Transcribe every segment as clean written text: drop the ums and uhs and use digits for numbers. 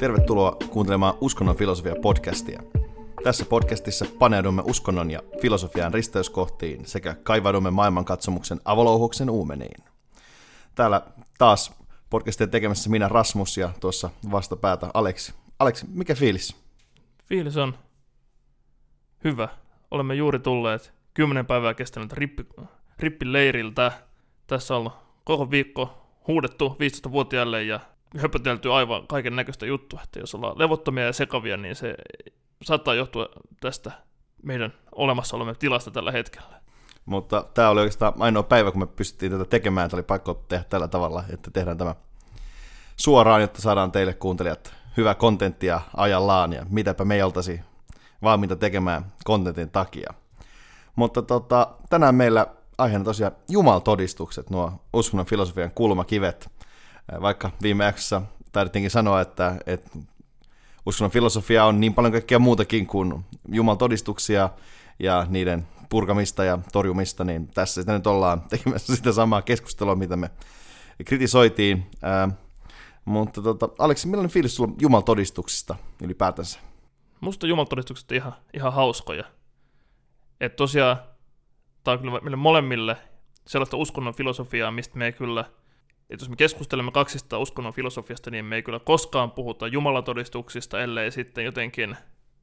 Tervetuloa kuuntelemaan Uskonnon filosofia-podcastia. Tässä podcastissa paneudumme uskonnon ja filosofian risteyskohtiin sekä kaivaudumme maailmankatsomuksen avolouhoksen uumeniin. Täällä taas podcastia tekemässä minä Rasmus ja tuossa vastapäätä Aleksi. Aleksi, mikä fiilis? Fiilis on hyvä. Olemme juuri tulleet 10 päivää kestänyt rippileiriltä. Tässä on koko viikko huudettu 15-vuotiaille ja höpötelty aivan kaiken näköistä juttua. Että jos ollaan levottomia ja sekavia, niin se saattaa johtua tästä meidän olemassaolomme tilasta tällä hetkellä. Mutta tämä oli oikeastaan ainoa päivä, kun me pystyttiin tätä tekemään. Tämä oli pakko tehdä tällä tavalla, että tehdään tämä suoraan, jotta saadaan teille kuuntelijat hyvää kontenttia ajallaan ja mitäpä me ei oltaisi valmiita tekemään kontentin takia. Mutta tänään meillä aiheena tosiaan jumaltodistukset, nuo uskonnon filosofian kulmakivet. Vaikka viime jaksossa taidettiinkin sanoa, että uskonnon filosofia on niin paljon kaikkea muutakin kuin jumaltodistuksia ja niiden purkamista ja torjumista, niin tässä sitä nyt ollaan tekemässä sitä samaa keskustelua, mitä me kritisoitiin. Mutta Aleksi, millainen fiilis sulla on jumaltodistuksista ylipäätänsä? Musta jumaltodistukset on ihan hauskoja. Että tosiaan, tämä on kyllä meille molemmille sellaista uskonnon filosofiaa, mistä me ei kyllä, että jos me keskustelemme kaksista uskonnon filosofiasta, niin me ei kyllä koskaan puhuta jumalatodistuksista, ellei sitten jotenkin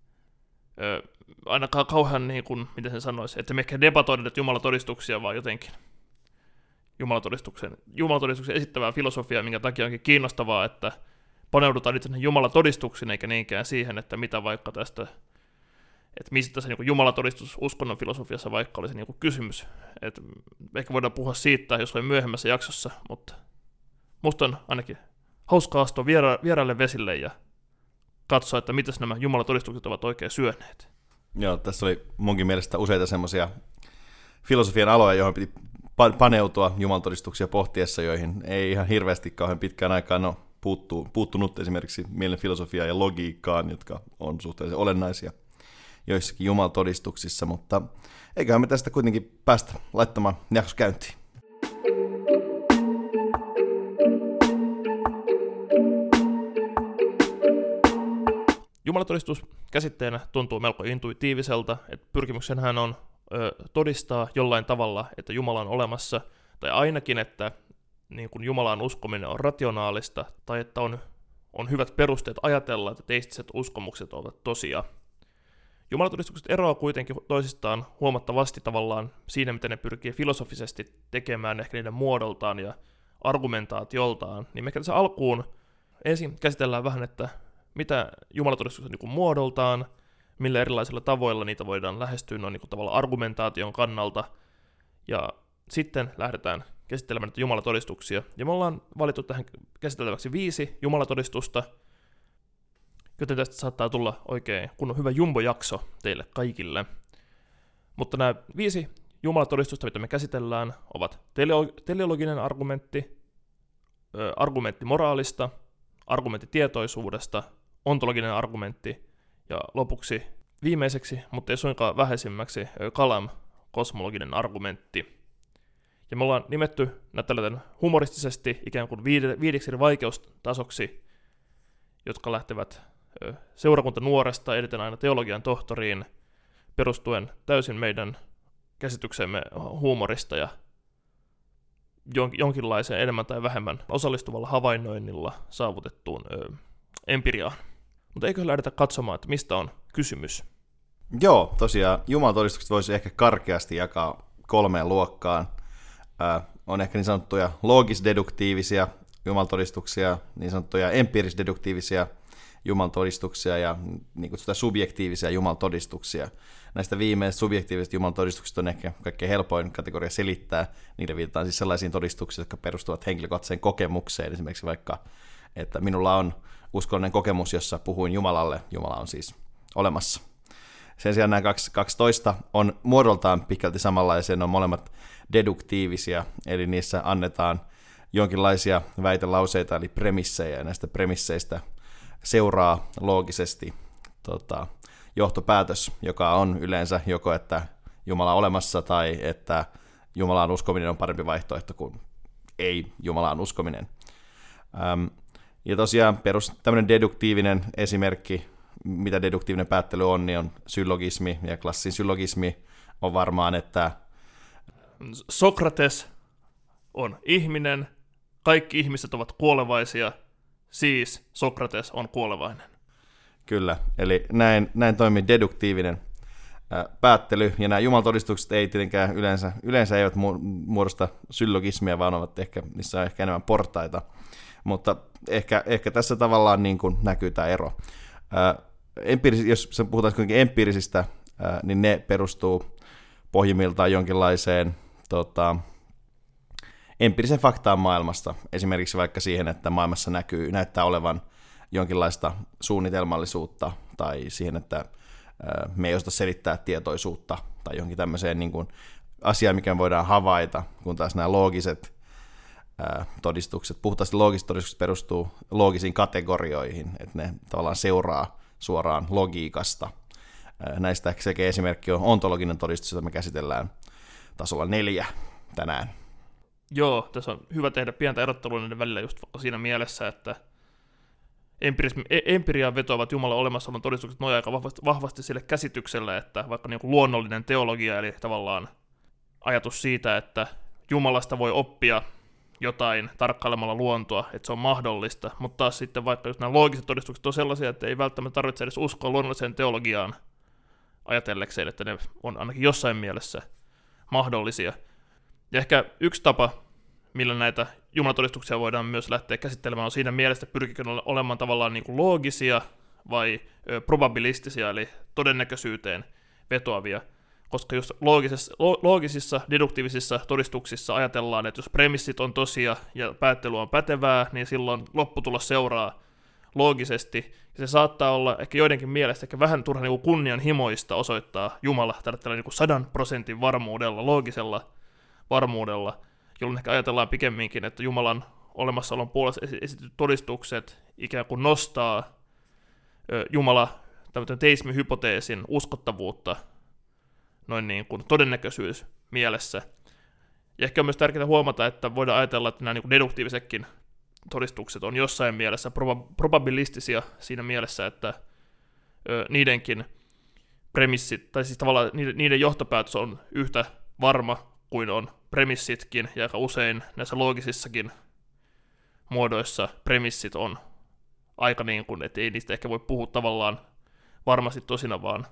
ainakaan kauhean niin kuin, miten sen sanoisi, että me ehkä debatoida jumalatodistuksia, vaan jotenkin jumalatodistuksen esittävää filosofiaa, minkä takia onkin kiinnostavaa, että paneudutaan itse jumalatodistuksiin, eikä niinkään siihen, että mitä vaikka tästä, että mistä se niin jumalatodistus uskonnon filosofiassa vaikka olisi niin kysymys. Että ehkä voidaan puhua siitä jossain myöhemmässä jaksossa, mutta musta on ainakin hauskaa astua vieraille vesille ja katsoa, että mitäs nämä jumalatodistukset ovat oikein syöneet. Joo, tässä oli munkin mielestä useita semmoisia filosofian aloja, joihin piti paneutua jumalatodistuksia pohtiessa, joihin ei ihan hirveästi kauhean pitkään aikaan ole puuttunut esimerkiksi mielenfilosofiaan ja logiikkaan, jotka on suhteellisen olennaisia joissakin jumalatodistuksissa, mutta eiköhän me tästä kuitenkin päästä laittamaan jakso käyntiin. Jumalatodistus käsitteenä tuntuu melko intuitiiviselta, että pyrkimyksenhän on todistaa jollain tavalla, että Jumala on olemassa, tai ainakin, että niin kuin Jumalaan uskominen on rationaalista, tai että on hyvät perusteet ajatella, että teistiset uskomukset ovat tosia. Jumalatodistukset eroavat kuitenkin toisistaan huomattavasti tavallaan siinä, miten ne pyrkii filosofisesti tekemään ehkä niiden muodoltaan ja argumentaatioltaan. Niin me tässä alkuun ensin käsitellään vähän, että mitä jumalatodistukset on niin kuin muodoltaan, millä erilaisilla tavoilla niitä voidaan lähestyä noin niin kuin tavallaan argumentaation kannalta, ja sitten lähdetään käsittelemään näitä jumalatodistuksia. Ja me ollaan valittu tähän käsiteltäväksi 5 jumalatodistusta, joten tästä saattaa tulla oikein kunnon hyvä jumbo-jakso teille kaikille. Mutta nämä 5 jumalatodistusta, mitä me käsitellään, ovat teleologinen argumentti, argumentti moraalista, argumentti tietoisuudesta, ontologinen argumentti ja lopuksi viimeiseksi, mutta ei suinkaan vähäisimmäksi, kalam, kosmologinen argumentti. Ja me ollaan nimetty näitä humoristisesti ikään kuin 5 vaikeustasoksi, jotka lähtevät seurakuntanuoresta edeten aina teologian tohtoriin, perustuen täysin meidän käsityksemme huumorista ja jonkinlaiseen enemmän tai vähemmän osallistuvalla havainnoinnilla saavutettuun empiriaan. Mutta eikö lähdetä katsomaan, että mistä on kysymys? Joo, tosiaan jumalatodistukset voisi ehkä karkeasti jakaa 3 luokkaan. On ehkä niin sanottuja loogis-deduktiivisia jumalatodistuksia, niin sanottuja empiiris-deduktiivisia jumalatodistuksia ja niin kutsutaan subjektiivisia jumalatodistuksia. Näistä viimeisistä subjektiivisista jumalatodistuksista on ehkä kaikkein helpoin kategoria selittää. Niille viitataan siis sellaisiin todistuksiin, jotka perustuvat henkilökohtaiseen kokemukseen. Esimerkiksi vaikka, että minulla on uskollinen kokemus, jossa puhuin Jumalalle. Jumala on siis olemassa. Sen sijaan nämä 12 on muodoltaan pitkälti samanlaisia, ne on molemmat deduktiivisia, eli niissä annetaan jonkinlaisia väitelauseita, eli premissejä, ja näistä premisseistä seuraa loogisesti johtopäätös, joka on yleensä joko, että Jumala on olemassa, tai että Jumalaan uskominen on parempi vaihtoehto kuin ei Jumalaan uskominen. Ja tosiaan tämmöinen deduktiivinen esimerkki, mitä deduktiivinen päättely on, niin on syllogismi, ja klassisin syllogismi on varmaan, että Sokrates on ihminen, kaikki ihmiset ovat kuolevaisia, siis Sokrates on kuolevainen. Kyllä, eli näin toimii deduktiivinen päättely, ja nämä jumalatodistukset ei tietenkään yleensä eivät muodosta syllogismia, vaan niissä on ehkä enemmän portaita, mutta ehkä tässä tavallaan niin kuin näkyy tämä ero. Jos puhutaan kuitenkin empiirisistä, niin ne perustuu pohjimmiltaan jonkinlaiseen empiirisen faktaan maailmasta, esimerkiksi vaikka siihen, että maailmassa näyttää olevan jonkinlaista suunnitelmallisuutta, tai siihen, että me ei osata selittää tietoisuutta, tai johonkin tämmöiseen niin kuin asiaan, mikä voidaan havaita, kun taas nämä loogiset todistukset, puhtaasti loogiset todistukset perustuu loogisiin kategorioihin, että ne tavallaan seuraa suoraan logiikasta. Näistä selkeä esimerkki on ontologinen todistus, jota me käsitellään tasolla 4 tänään. Joo, tässä on hyvä tehdä pientä erottelua näiden välillä just siinä mielessä, että empiriaan vetoavat Jumalan olemassaolon todistukset nojaa aika vahvasti sille käsitykselle, että vaikka niin kuin luonnollinen teologia, eli tavallaan ajatus siitä, että Jumalasta voi oppia jotain tarkkailemalla luontoa, että se on mahdollista, mutta taas sitten vaikka just nämä loogiset todistukset on sellaisia, että ei välttämättä tarvitse edes uskoa luonnolliseen teologiaan ajatellekseen, että ne on ainakin jossain mielessä mahdollisia. Ja ehkä yksi tapa, millä näitä jumalatodistuksia voidaan myös lähteä käsittelemään, on siinä mielessä, että pyrkikö olemaan tavallaan niin kuin loogisia vai probabilistisia, eli todennäköisyyteen vetoavia. Koska just loogisissa, deduktiivisissa todistuksissa ajatellaan, että jos premissit on tosia ja päättely on pätevää, niin silloin lopputulos seuraa loogisesti. Ja se saattaa olla ehkä joidenkin mielestä ehkä vähän turha niin kuin kunnianhimoista osoittaa Jumala tällä niin 100% varmuudella, loogisella varmuudella, jolloin ehkä ajatellaan pikemminkin, että Jumalan olemassaolon puolesta esitetyt todistukset ikään kuin nostaa Jumala tämmöisen teismihypoteesin uskottavuutta noin niin kuin todennäköisyys mielessä. Ja ehkä on myös tärkeää huomata, että voidaan ajatella, että nämä niin kuin deduktiivisetkin todistukset on jossain mielessä probabilistisia siinä mielessä, että niidenkin premissit, tai siis tavallaan niiden johtopäätös on yhtä varma kuin on premissitkin, ja aika usein näissä loogisissakin muodoissa premissit on aika niin kuin, että ei niistä ehkä voi puhua tavallaan varmasti tosina, vaan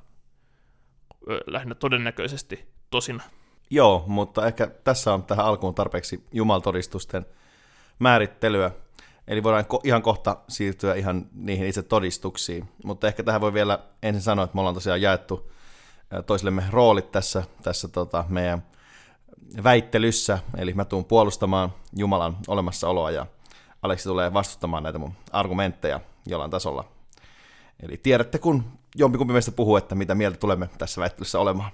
lähinnä todennäköisesti tosina. Joo, mutta ehkä tässä on tähän alkuun tarpeeksi jumalatodistusten määrittelyä, eli voidaan ihan kohta siirtyä ihan niihin itse todistuksiin, mutta ehkä tähän voi vielä ensin sanoa, että me ollaan tosiaan jaettu toisillemme roolit tässä meidän väittelyssä, eli mä tuun puolustamaan Jumalan olemassaoloa ja Aleksi tulee vastustamaan näitä mun argumentteja jollain tasolla. Eli tiedätte, kun jompikumpi meistä puhuu, että mitä mieltä tulemme tässä väittelyssä olemaan.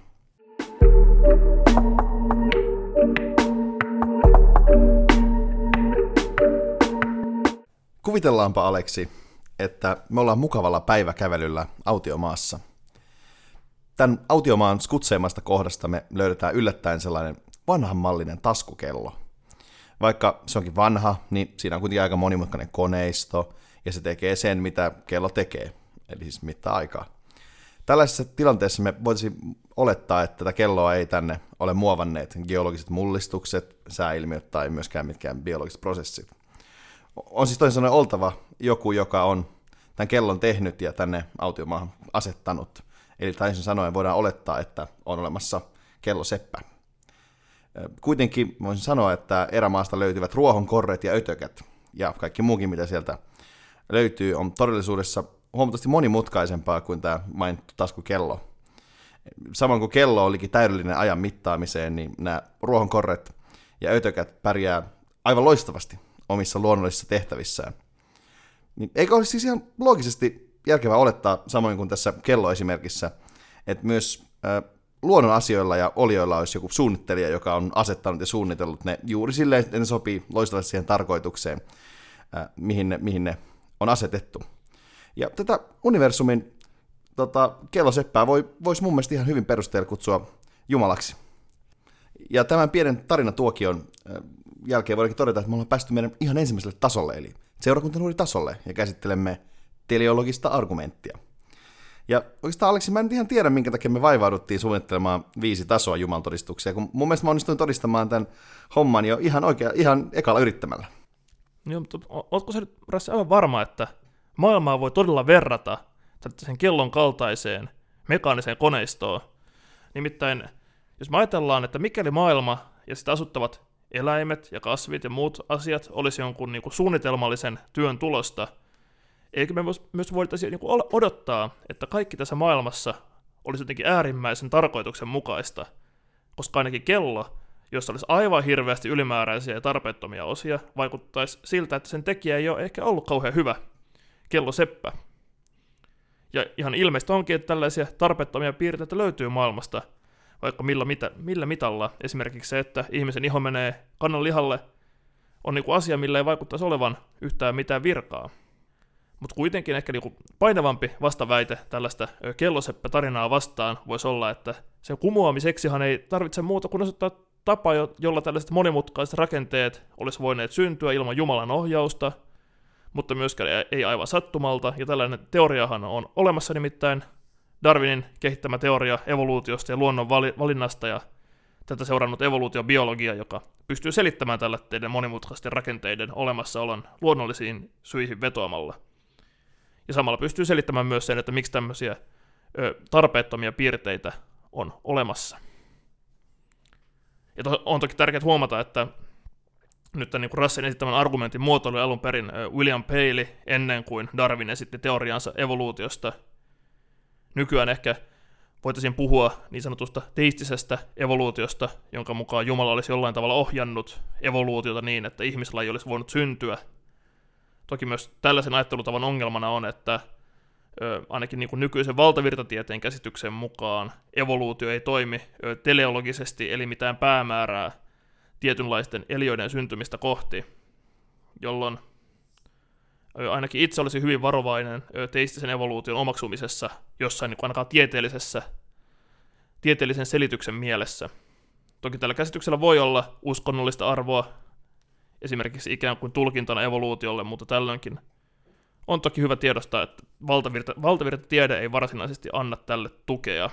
Kuvitellaanpa, Aleksi, että me ollaan mukavalla päiväkävelyllä autiomaassa. Tämän autiomaan skutseimasta kohdasta me löydetään yllättäen sellainen vanhanmallinen taskukello. Vaikka se onkin vanha, niin siinä on kuitenkin aika monimutkainen koneisto, ja se tekee sen, mitä kello tekee, eli siis mittaa aikaa. Tällaisessa tilanteessa me voitaisiin olettaa, että tätä kelloa ei tänne ole muovanneet geologiset mullistukset, sääilmiöt tai myöskään mitkään biologiset prosessit. On siis toisin sanoen oltava joku, joka on tämän kellon tehnyt ja tänne autiomaahan asettanut. Eli toisin sanoen voidaan olettaa, että on olemassa kelloseppä. Kuitenkin voisin sanoa, että erämaasta löytyvät ruohonkorret ja ötökät ja kaikki muukin, mitä sieltä löytyy, on todellisuudessa huomattavasti monimutkaisempaa kuin tämä mainittu taskukello. Samoin kuin kello olikin täydellinen ajan mittaamiseen, niin nämä ruohonkorret ja ötökät pärjää aivan loistavasti omissa luonnollisissa tehtävissään. Niin eikö olisi siis ihan loogisesti järkevää olettaa, samoin kuin tässä kelloesimerkissä, että myös luonnon asioilla ja olioilla olisi joku suunnittelija, joka on asettanut ja suunnitellut ne juuri silleen, että ne sopii loistavasti siihen tarkoitukseen, mihin ne on asetettu. Ja tätä universumin kelloseppää voisi mun mielestä ihan hyvin perusteella kutsua Jumalaksi. Ja tämän pienen tarinatuokion jälkeen voidaankin todeta, että me ollaan päästy meidän ihan ensimmäiselle tasolle, eli seurakuntanuoritasolle ja käsittelemme teleologista argumenttia. Ja oikeastaan Aleksi, mä en ihan tiedä, minkä takia me vaivauduttiin suunnittelemaan 5 tasoa jumaltodistuksia, kun mun mielestä mä onnistuin todistamaan tämän homman jo ihan ekalla yrittämällä. Joo, mutta ootko sä nyt, Rassi, aivan varma, että maailmaa voi todella verrata sen kellon kaltaiseen mekaaniseen koneistoon? Nimittäin, jos me ajatellaan, että mikäli maailma ja sitä asuttavat eläimet ja kasvit ja muut asiat olisi jonkun niin kuin suunnitelmallisen työn tulosta, eikö me myös voitaisiin niin kuin odottaa, että kaikki tässä maailmassa olisi jotenkin äärimmäisen tarkoituksenmukaista, koska ainakin kello, jossa olisi aivan hirveästi ylimääräisiä ja tarpeettomia osia, vaikuttaisi siltä, että sen tekijä ei ole ehkä ollut kauhean hyvä kelloseppä. Ja ihan ilmeistä onkin, että tällaisia tarpeettomia piirteitä löytyy maailmasta, vaikka millä mitalla. Esimerkiksi se, että ihmisen iho menee kannanlihalle, on niinku asia, millä ei vaikuttaisi olevan yhtään mitään virkaa. Mutta kuitenkin ehkä niinku painavampi vastaväite tällaista kelloseppä-tarinaa vastaan voisi olla, että sen kumoamiseksihan ei tarvitse muuta kuin osoittaa tapa, jolla tällaiset monimutkaiset rakenteet olisi voineet syntyä ilman Jumalan ohjausta, mutta myöskään ei aivan sattumalta, ja tällainen teoriahan on olemassa, nimittäin Darwinin kehittämä teoria evoluutiosta ja luonnon valinnasta, ja tätä seurannut evoluutiobiologia, joka pystyy selittämään tällaisten monimutkaisten rakenteiden olemassaolon luonnollisiin syihin vetoamalla. Ja samalla pystyy selittämään myös sen, että miksi tämmöisiä tarpeettomia piirteitä on olemassa. Ja on toki tärkeää huomata, että nyt tämän niin Russin esittämän argumentin muotoilu alun perin William Paley ennen kuin Darwin esitti teoriansa evoluutiosta. Nykyään ehkä voitaisiin puhua niin sanotusta teistisestä evoluutiosta, jonka mukaan Jumala olisi jollain tavalla ohjannut evoluutiota niin, että ihmislaji olisi voinut syntyä. Toki myös tällaisen ajattelutavan ongelmana on, että ainakin niin kuin nykyisen valtavirtatieteen käsityksen mukaan evoluutio ei toimi teleologisesti, eli mitään päämäärää tietynlaisten eliöiden syntymistä kohti, jolloin ainakin itse olisi hyvin varovainen teistisen evoluution omaksumisessa jossain niin kuin ainakaan tieteellisen selityksen mielessä. Toki tällä käsityksellä voi olla uskonnollista arvoa, esimerkiksi ikään kuin tulkintana evoluutiolle, mutta tällöinkin on toki hyvä tiedostaa, että valtavirtatiede ei varsinaisesti anna tälle tukea.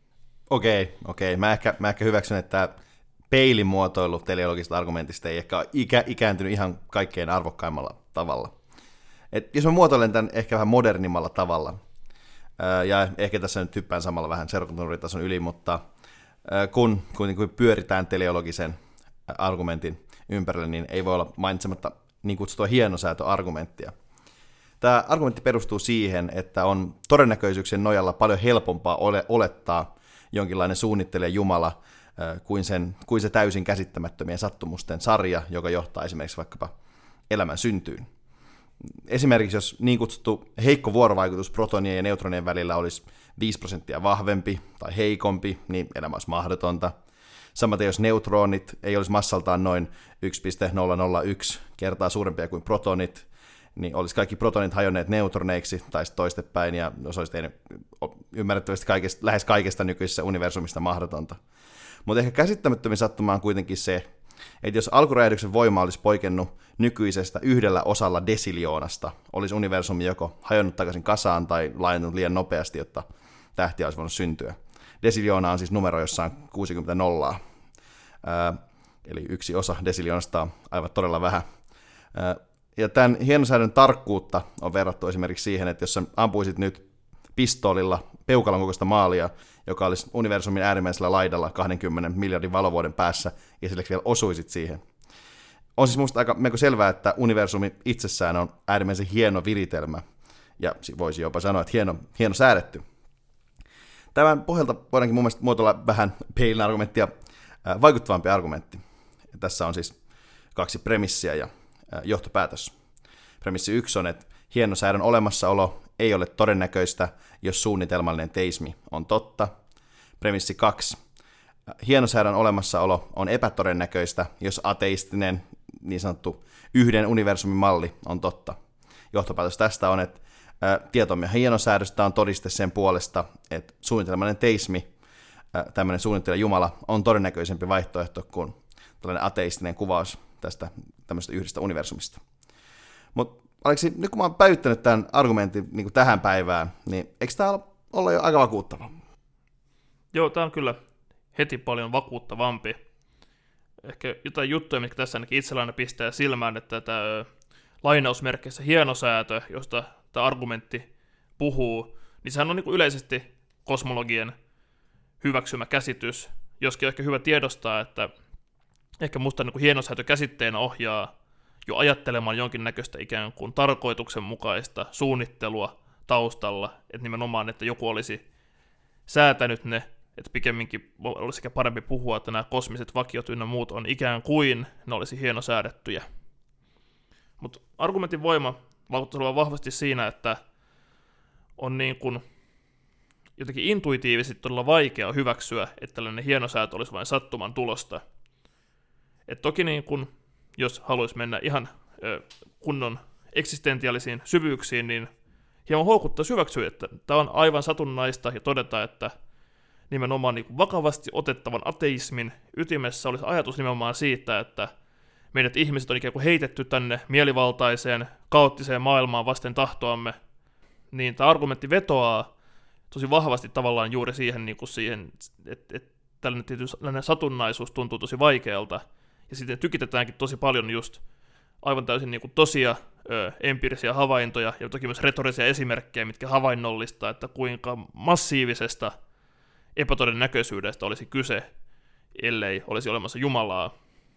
Okei. Mä ehkä hyväksyn, että peilin muotoilu teleologisesta argumentista ei ehkä ole ikääntynyt ihan kaikkein arvokkaimmalla tavalla. Et jos mä muotoilen tämän ehkä vähän modernimmalla tavalla, ja ehkä tässä nyt hyppään samalla vähän seurakuntanuoritason yli, mutta kun pyöritään teleologisen argumentin ympärille, niin ei voi olla mainitsematta niin kutsuttua hienosäätöargumenttia. Tämä argumentti perustuu siihen, että on todennäköisyyksien nojalla paljon helpompaa olettaa jonkinlainen suunnittelija Jumala kuin se täysin käsittämättömien sattumusten sarja, joka johtaa esimerkiksi vaikkapa elämän syntyyn. Esimerkiksi jos niin kutsuttu heikko vuorovaikutus protonien ja neutronien välillä olisi 5% vahvempi tai heikompi, niin elämä olisi mahdotonta. Samaten jos neutronit ei olisi massaltaan noin 1,001 kertaa suurempia kuin protonit, niin olisi kaikki protonit hajonneet neutroneiksi tai toistepäin, ja se olisi tehnyt ymmärrettävästi lähes kaikesta nykyisessä universumista mahdotonta. Mutta ehkä käsittämättömin sattuma on kuitenkin se, että jos alkuräjähdyksen voima olisi poikennut nykyisestä 1 osalla desiljoonasta, olisi universumi joko hajonnut takaisin kasaan tai laajentunut liian nopeasti, jotta tähtiä olisi voinut syntyä. Desiljoona on siis numero, jossa on 60 nollaa, eli 1 osa desiljoonasta on aivan todella vähän. Ja tämän hienosäädön tarkkuutta on verrattu esimerkiksi siihen, että jos sä ampuisit nyt pistoolilla peukalon kokoista maalia, joka olisi universumin äärimmäisellä laidalla 20 miljardin valovuoden päässä, ja silleksi vielä osuisit siihen. On siis musta aika melko selvää, että universumi itsessään on äärimmäisen hieno viritelmä, ja voisi jopa sanoa, että hieno säädetty. Tämän pohjalta voidaankin mun mielestä muotoilla vähän Paleyn argumenttia vaikuttavampi argumentti. Ja tässä on siis 2 premissiä ja johtopäätös. Premissi 1 on, että hienosäädön olemassaolo ei ole todennäköistä, jos suunnitelmallinen teismi on totta. Premissi 2. Hienosäädön olemassaolo on epätodennäköistä, jos ateistinen, niin sanottu yhden universumin malli on totta. Johtopäätös tästä on, että tietomme hienosäädöstä on todiste sen puolesta, että suunnitelmallinen teismi, tämmöinen suunnittelija Jumala, on todennäköisempi vaihtoehto kuin tällainen ateistinen kuvaus tästä tämmöisestä yhdestä universumista. Mutta Aleksi, nyt kun mä oon päivittänyt tämän argumentin niin kuin tähän päivään, niin eikö tämä olla jo aika vakuuttava? Joo, tämä on kyllä heti paljon vakuuttavampi. Ehkä jotain juttuja, mitkä tässä ainakin itselläni pistää silmään, että tämä lainausmerkeissä hienosäätö, josta tämä argumentti puhuu, niin sehän on niin kuin yleisesti kosmologien hyväksymä käsitys, joskin on ehkä hyvä tiedostaa, että ehkä musta niin kuin hienosäätö käsitteenä ohjaa jo ajattelemaan jonkinnäköistä ikään kuin tarkoituksenmukaista suunnittelua taustalla, että nimenomaan, että joku olisi säätänyt ne, että pikemminkin olisi sekä parempi puhua, että nämä kosmiset vakiot ynnä muut on ikään kuin ne olisi hienosäädettyjä. Mutta argumentin voima vaikuttaisi olevan vahvasti siinä, että on niin kuin jotenkin intuitiivisesti todella vaikea hyväksyä, että tällainen hienosäätö olisi vain sattuman tulosta. Et toki niin kun, jos haluaisi mennä ihan kunnon eksistentiaalisiin syvyyksiin, niin hieman houkuttaisi hyväksyä, että tämä on aivan satunnaista ja todeta, että nimenomaan niin vakavasti otettavan ateismin ytimessä olisi ajatus nimenomaan siitä, että meidät ihmiset on ikään kuin heitetty tänne mielivaltaiseen, kaoottiseen maailmaan vasten tahtoamme, niin tämä argumentti vetoaa tosi vahvasti tavallaan juuri siihen, niin kuin siihen että tällainen satunnaisuus tuntuu tosi vaikealta, ja sitten tykitetäänkin tosi paljon just aivan täysin niin kuin tosia empiirisiä havaintoja, ja toki myös retorisia esimerkkejä, mitkä havainnollistaa, että kuinka massiivisesta epätodennäköisyydestä olisi kyse, ellei olisi olemassa Jumalaa.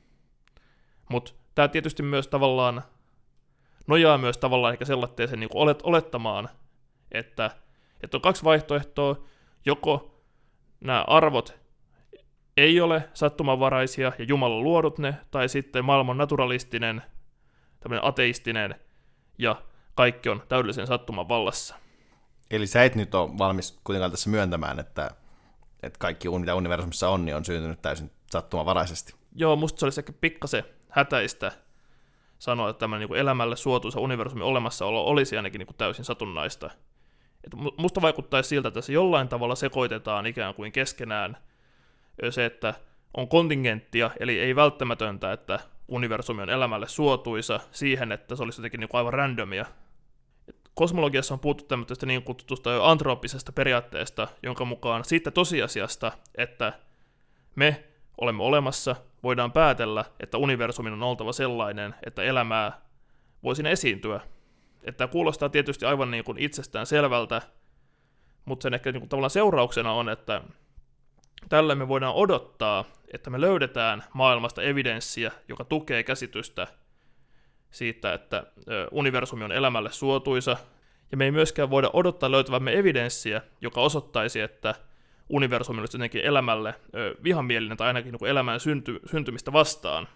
Mutta tämä tietysti myös tavallaan nojaa myös tavallaan ehkä sellaiseen niin kuin olettamaan, että on kaksi vaihtoehtoa, joko nämä arvot ei ole sattumanvaraisia ja Jumala luodut ne, tai sitten maailman naturalistinen, tämmöinen ateistinen, ja kaikki on täydellisen sattuman vallassa. Eli sä et nyt ole valmis kuitenkaan tässä myöntämään, että kaikki, mitä universumissa on, niin on syntynyt täysin sattumanvaraisesti. Joo, musta se olisi ehkä pikkasen hätäistä sanoa, että tämmöinen niin elämälle suotuisa universumin olemassaolo olisi ainakin niin kuin täysin satunnaista. Että musta vaikuttaisi siltä, että se jollain tavalla sekoitetaan ikään kuin keskenään se, että on kontingenttia, eli ei välttämätöntä, että universumi on elämälle suotuisa siihen, että se olisi jotenkin niin kuin aivan randomia. Kosmologiassa on puhuttu tämmöistä niin kutsutusta antrooppisesta periaatteesta, jonka mukaan siitä tosiasiasta, että me olemme olemassa, voidaan päätellä, että universumin on oltava sellainen, että elämää voi siinä esiintyä. Että kuulostaa tietysti aivan niin kuin itsestään selvältä, mutta sen ehkä niin kuin tavallaan seurauksena on, että tällä me voidaan odottaa, että me löydetään maailmasta evidenssiä, joka tukee käsitystä siitä, että universumi on elämälle suotuisa, ja me ei myöskään voida odottaa löytävämme evidenssiä, joka osoittaisi, että universumi olisi jotenkin elämälle vihamielinen tai ainakin niin kuin elämän syntymistä vastaan.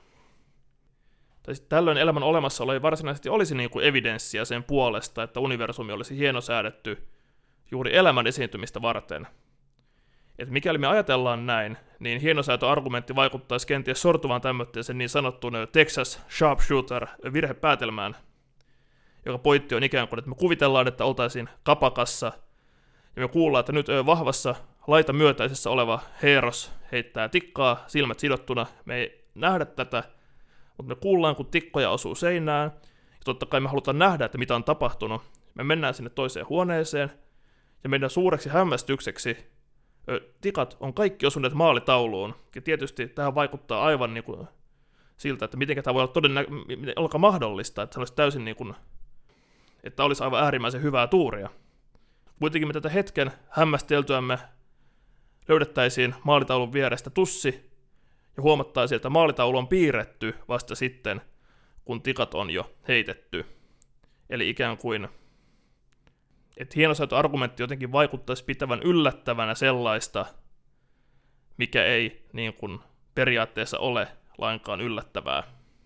Tai sitten tällöin elämän olemassaolo ei varsinaisesti olisi niin kuin evidenssiä sen puolesta, että universumi olisi hienosäädetty juuri elämän esiintymistä varten. Et mikäli me ajatellaan näin, niin hienosäätöargumentti vaikuttaisi kenties sortuvan tämmöiseen niin sanottuun Texas Sharpshooter virhepäätelmään, joka pointti on ikään kuin, että me kuvitellaan, että oltaisiin kapakassa, ja me kuullaan, että nyt vahvassa laita myötäisessä oleva Heeros heittää tikkaa, silmät sidottuna, me ei nähdä tätä, mutta me kuullaan, kun tikkoja osuu seinään, ja totta kai me halutaan nähdä, että mitä on tapahtunut. Me mennään sinne toiseen huoneeseen, ja meidän suureksi hämmästykseksi tikat on kaikki osuneet maalitauluun, ja tietysti tähän vaikuttaa aivan niin kuin siltä, että miten tämä voi olla mahdollista, että se olisi täysin niin kuin, että olisi aivan äärimmäisen hyvää tuuria. Kuitenkin me tätä hetken hämmästeltyämme löydettäisiin maalitaulun vierestä tussi, ja huomattaisiin, että maalitaulu on piirretty vasta sitten, kun tikat on jo heitetty. Eli ikään kuin, että hienosäätöargumentti jotenkin vaikuttaisi pitävän yllättävänä sellaista, mikä ei niin kuin periaatteessa ole lainkaan yllättävää.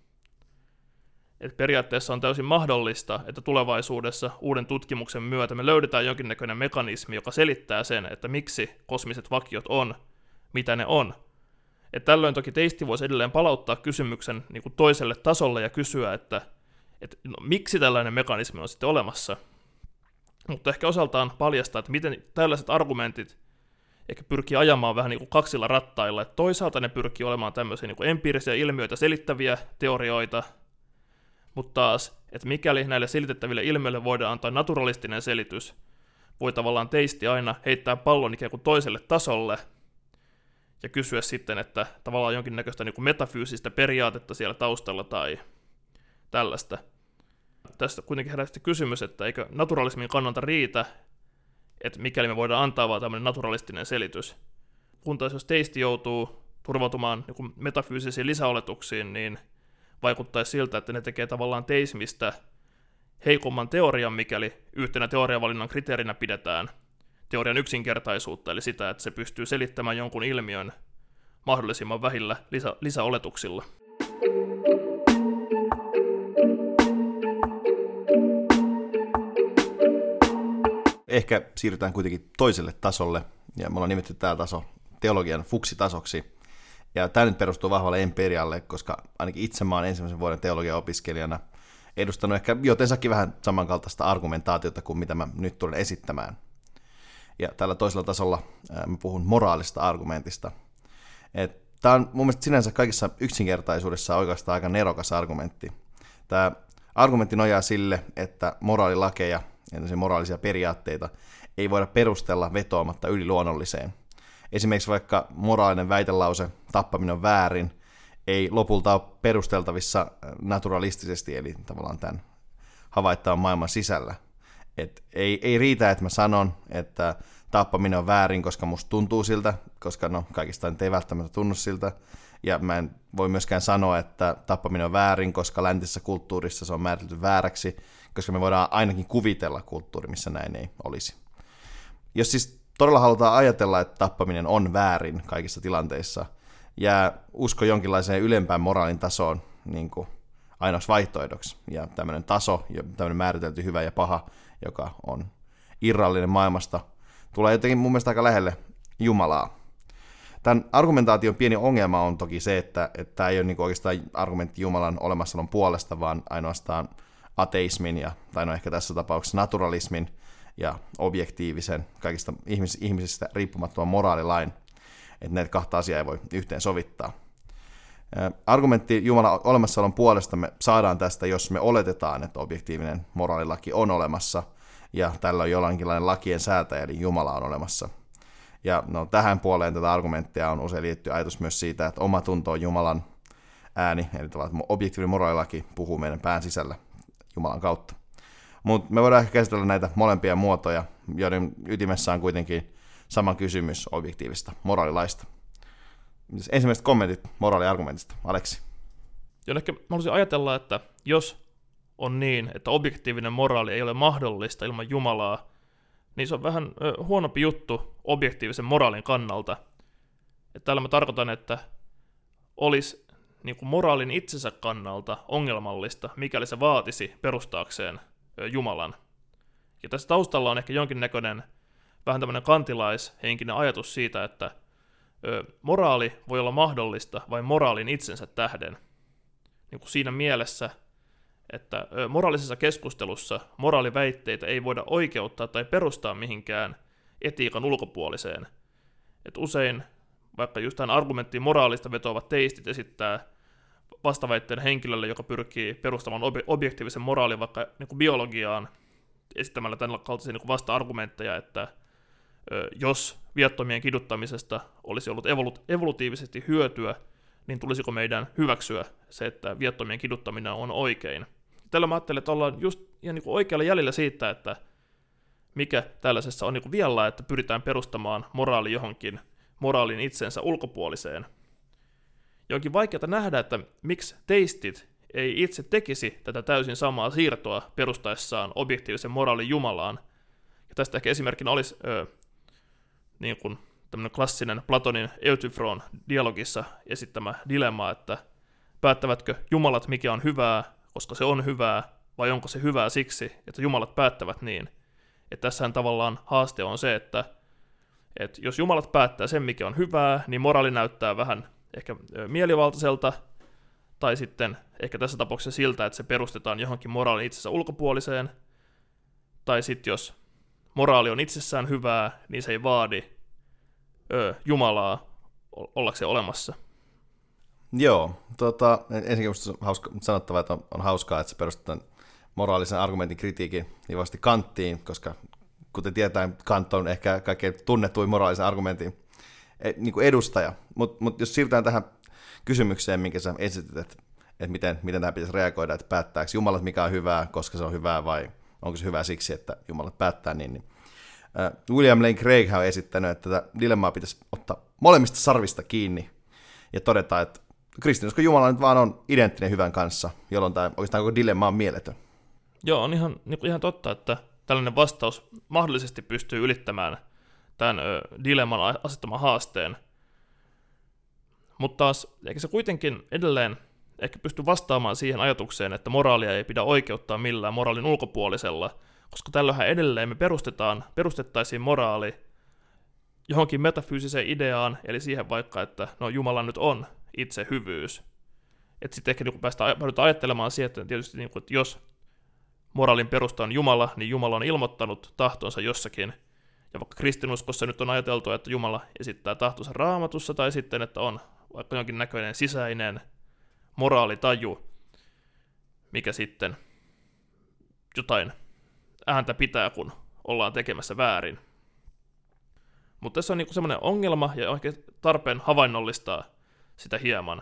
Et periaatteessa on täysin mahdollista, että tulevaisuudessa uuden tutkimuksen myötä me löydetään jonkinnäköinen mekanismi, joka selittää sen, että miksi kosmiset vakiot on, mitä ne on. Et tällöin toki teisti voisi edelleen palauttaa kysymyksen niin kuin toiselle tasolle ja kysyä, että miksi tällainen mekanismi on sitten olemassa. Mutta ehkä osaltaan paljastaa, että miten tällaiset argumentit ehkä pyrkii ajamaan vähän niin kuin kaksilla rattailla. Että toisaalta ne pyrkii olemaan tämmöisiä niin kuin empiirisiä ilmiöitä selittäviä teorioita, mutta taas, että mikäli näille selitettäville ilmiöille voidaan antaa naturalistinen selitys, voi tavallaan teisti aina heittää pallon ikään kuin toiselle tasolle ja kysyä sitten, että tavallaan jonkinnäköistä niin kuin metafyysistä periaatetta siellä taustalla tai tällaista. Tästä kuitenkin herää kysymys, että eikö naturalismin kannalta riitä, että mikäli me voidaan antaa vaan tämmöinen naturalistinen selitys. Kun taas jos teisti joutuu turvautumaan niin kuin metafyysisiin lisäoletuksiin, niin vaikuttaisi siltä, että ne tekee tavallaan teismistä heikomman teorian, mikäli yhtenä teoriavalinnan kriteerinä pidetään teorian yksinkertaisuutta, eli sitä, että se pystyy selittämään jonkun ilmiön mahdollisimman vähillä lisäoletuksilla. Ehkä siirrytään kuitenkin toiselle tasolle, ja me ollaan nimetty tämä taso teologian fuksitasoksi. Ja tämä nyt perustuu vahvalle empirialle, koska ainakin itse mä oon ensimmäisen vuoden teologian opiskelijana edustanut ehkä jotensakin vähän samankaltaista argumentaatiota kuin mitä mä nyt tulen esittämään. Ja tällä toisella tasolla mä puhun moraalista argumentista. Tämä on mun mielestä sinänsä kaikissa yksinkertaisuudessa oikeastaan aika nerokas argumentti. Tämä argumentti nojaa sille, että moraalilakeja ja moraalisia periaatteita ei voida perustella vetoamatta yliluonnolliseen. Esimerkiksi vaikka moraalinen väitelause, tappaminen on väärin, ei lopulta ole perusteltavissa naturalistisesti, eli tavallaan tämän havaittavan maailman sisällä. Ei riitä, että mä sanon, että tappaminen on väärin, koska musta tuntuu siltä, koska kaikista nyt ei välttämättä tunnu siltä. Ja mä en voi myöskään sanoa, että tappaminen on väärin, koska läntisessä kulttuurissa se on määritelty vääräksi, koska me voidaan ainakin kuvitella kulttuuri, missä näin ei olisi. Jos siis todella halutaan ajatella, että tappaminen on väärin kaikissa tilanteissa, jää usko jonkinlaiseen ylempään moraalin tasoon niin kuin ainoaksi vaihtoehdoksi. Ja tämmöinen taso, tämmöinen määritelty hyvä ja paha, joka on irrallinen maailmasta, tulee jotenkin mun mielestä aika lähelle Jumalaa. Tämän argumentaation pieni ongelma on toki se, että tämä ei ole niin kuin oikeastaan argumentti Jumalan olemassaolon puolesta, vaan ainoastaan ateismin, tai ehkä tässä tapauksessa naturalismin ja objektiivisen, kaikista ihmisistä riippumattoman moraalilain, että näitä kahta asiaa ei voi yhteen sovittaa. Argumentti Jumalan olemassaolon puolesta me saadaan tästä, jos me oletetaan, että objektiivinen moraalilaki on olemassa, ja tällä on jollakinlainen lakien säätäjä, eli Jumala on olemassa. Ja tähän puoleen tätä argumenttia on usein liitty ajatus myös siitä, että oma tunto on Jumalan ääni, eli objektiivinen moraalilaki puhuu meidän pään sisällä Jumalan kautta. Mutta me voidaan ehkä käsitellä näitä molempia muotoja, joiden ytimessä on kuitenkin sama kysymys objektiivista moraalilaista. Ensimmäiset kommentit moraaliargumentista. Aleksi. Joo, ehkä mä haluaisin ajatella, että jos on niin, että objektiivinen moraali ei ole mahdollista ilman Jumalaa, niin se on vähän huonompi juttu objektiivisen moraalin kannalta. Että tällä mä tarkoitan, että olisi niin kuin moraalin itsensä kannalta ongelmallista, mikäli se vaatisi perustaakseen Jumalan. Ja tässä taustalla on ehkä jonkinnäköinen vähän tämmöinen kantilaishenkinen ajatus siitä, että moraali voi olla mahdollista vain moraalin itsensä tähden. Niin kuin siinä mielessä, että moraalisessa keskustelussa moraaliväitteitä ei voida oikeuttaa tai perustaa mihinkään etiikan ulkopuoliseen. Et usein vaikka just tähän argumenttiin moraalista vetoavat teistit esittää vastaväitteen henkilölle, joka pyrkii perustamaan objektiivisen moraalin vaikka niin kuin biologiaan, esittämällä tämän kaltaisia niin kuin vasta-argumentteja, että jos viattomien kiduttamisesta olisi ollut evolutiivisesti hyötyä, niin tulisiko meidän hyväksyä se, että viattomien kiduttaminen on oikein. Tällä mä ajattelen, että ollaan just ihan niin kuin oikealla jäljellä siitä, että mikä tällaisessa on niin kuin vialla, että pyritään perustamaan moraali johonkin moraalin itsensä ulkopuoliseen. Ja onkin vaikeaa nähdä, että miksi teistit ei itse tekisi tätä täysin samaa siirtoa perustaessaan objektiivisen moraalin Jumalaan. Ja tästä ehkä esimerkkinä olisi niin kuin tämmöinen klassinen Platonin Eutyfron dialogissa esittämä dilemma, että päättävätkö jumalat mikä on hyvää, koska se on hyvää, vai onko se hyvää siksi, että jumalat päättävät niin. Että tässähän tavallaan haaste on se, että jos jumalat päättää sen, mikä on hyvää, niin moraali näyttää vähän ehkä mielivaltaiselta, tai sitten ehkä tässä tapauksessa siltä, että se perustetaan johonkin moraalin itsensä ulkopuoliseen, tai sitten jos moraali on itsessään hyvää, niin se ei vaadi Jumalaa ollakseen olemassa. Joo, ensinnäkin minusta on sanottava, että on hauskaa, että se perustuu moraalisen argumentin kritiikin niin vasti Kanttiin, koska kuten tietää, Kant on ehkä kaikkein tunnetuin moraalisen argumentin niin kuin edustaja. Mutta jos siirrytään tähän kysymykseen, minkä sä esitit, että miten tähän pitäisi reagoida, että päättääkö Jumala, mikä on hyvää, koska se on hyvää, vai onko se hyvää siksi, että Jumala päättää niin. William Lane Craig on esittänyt, että tätä dilemmaa pitäisi ottaa molemmista sarvista kiinni ja todeta, että kristinusko Jumala nyt vaan on identtinen hyvän kanssa, jolloin tämä oikeastaan koko dilemma on mieletön. Joo, on ihan totta, että tällainen vastaus mahdollisesti pystyy ylittämään tämän dilemman asettaman haasteen. Mutta taas, eikä se kuitenkin edelleen ehkä pysty vastaamaan siihen ajatukseen, että moraalia ei pidä oikeuttaa millään moraalin ulkopuolisella, koska tällöinhän edelleen me perustettaisiin moraali johonkin metafyysiseen ideaan, eli siihen vaikka, että no Jumala nyt on itse hyvyys. Että sitten ehkä niin päästään ajattelemaan siihen, että tietysti niin kuin, että jos moraalin perusta on Jumala, niin Jumala on ilmoittanut tahtonsa jossakin. Ja vaikka kristinuskossa nyt on ajateltu, että Jumala esittää tahtonsa Raamatussa, tai sitten, että on vaikka jonkin näköinen sisäinen moraalitaju, mikä sitten jotain ääntä pitää, kun ollaan tekemässä väärin. Mutta tässä on niinku semmoinen ongelma, ja on ehkä tarpeen havainnollistaa sitä hieman.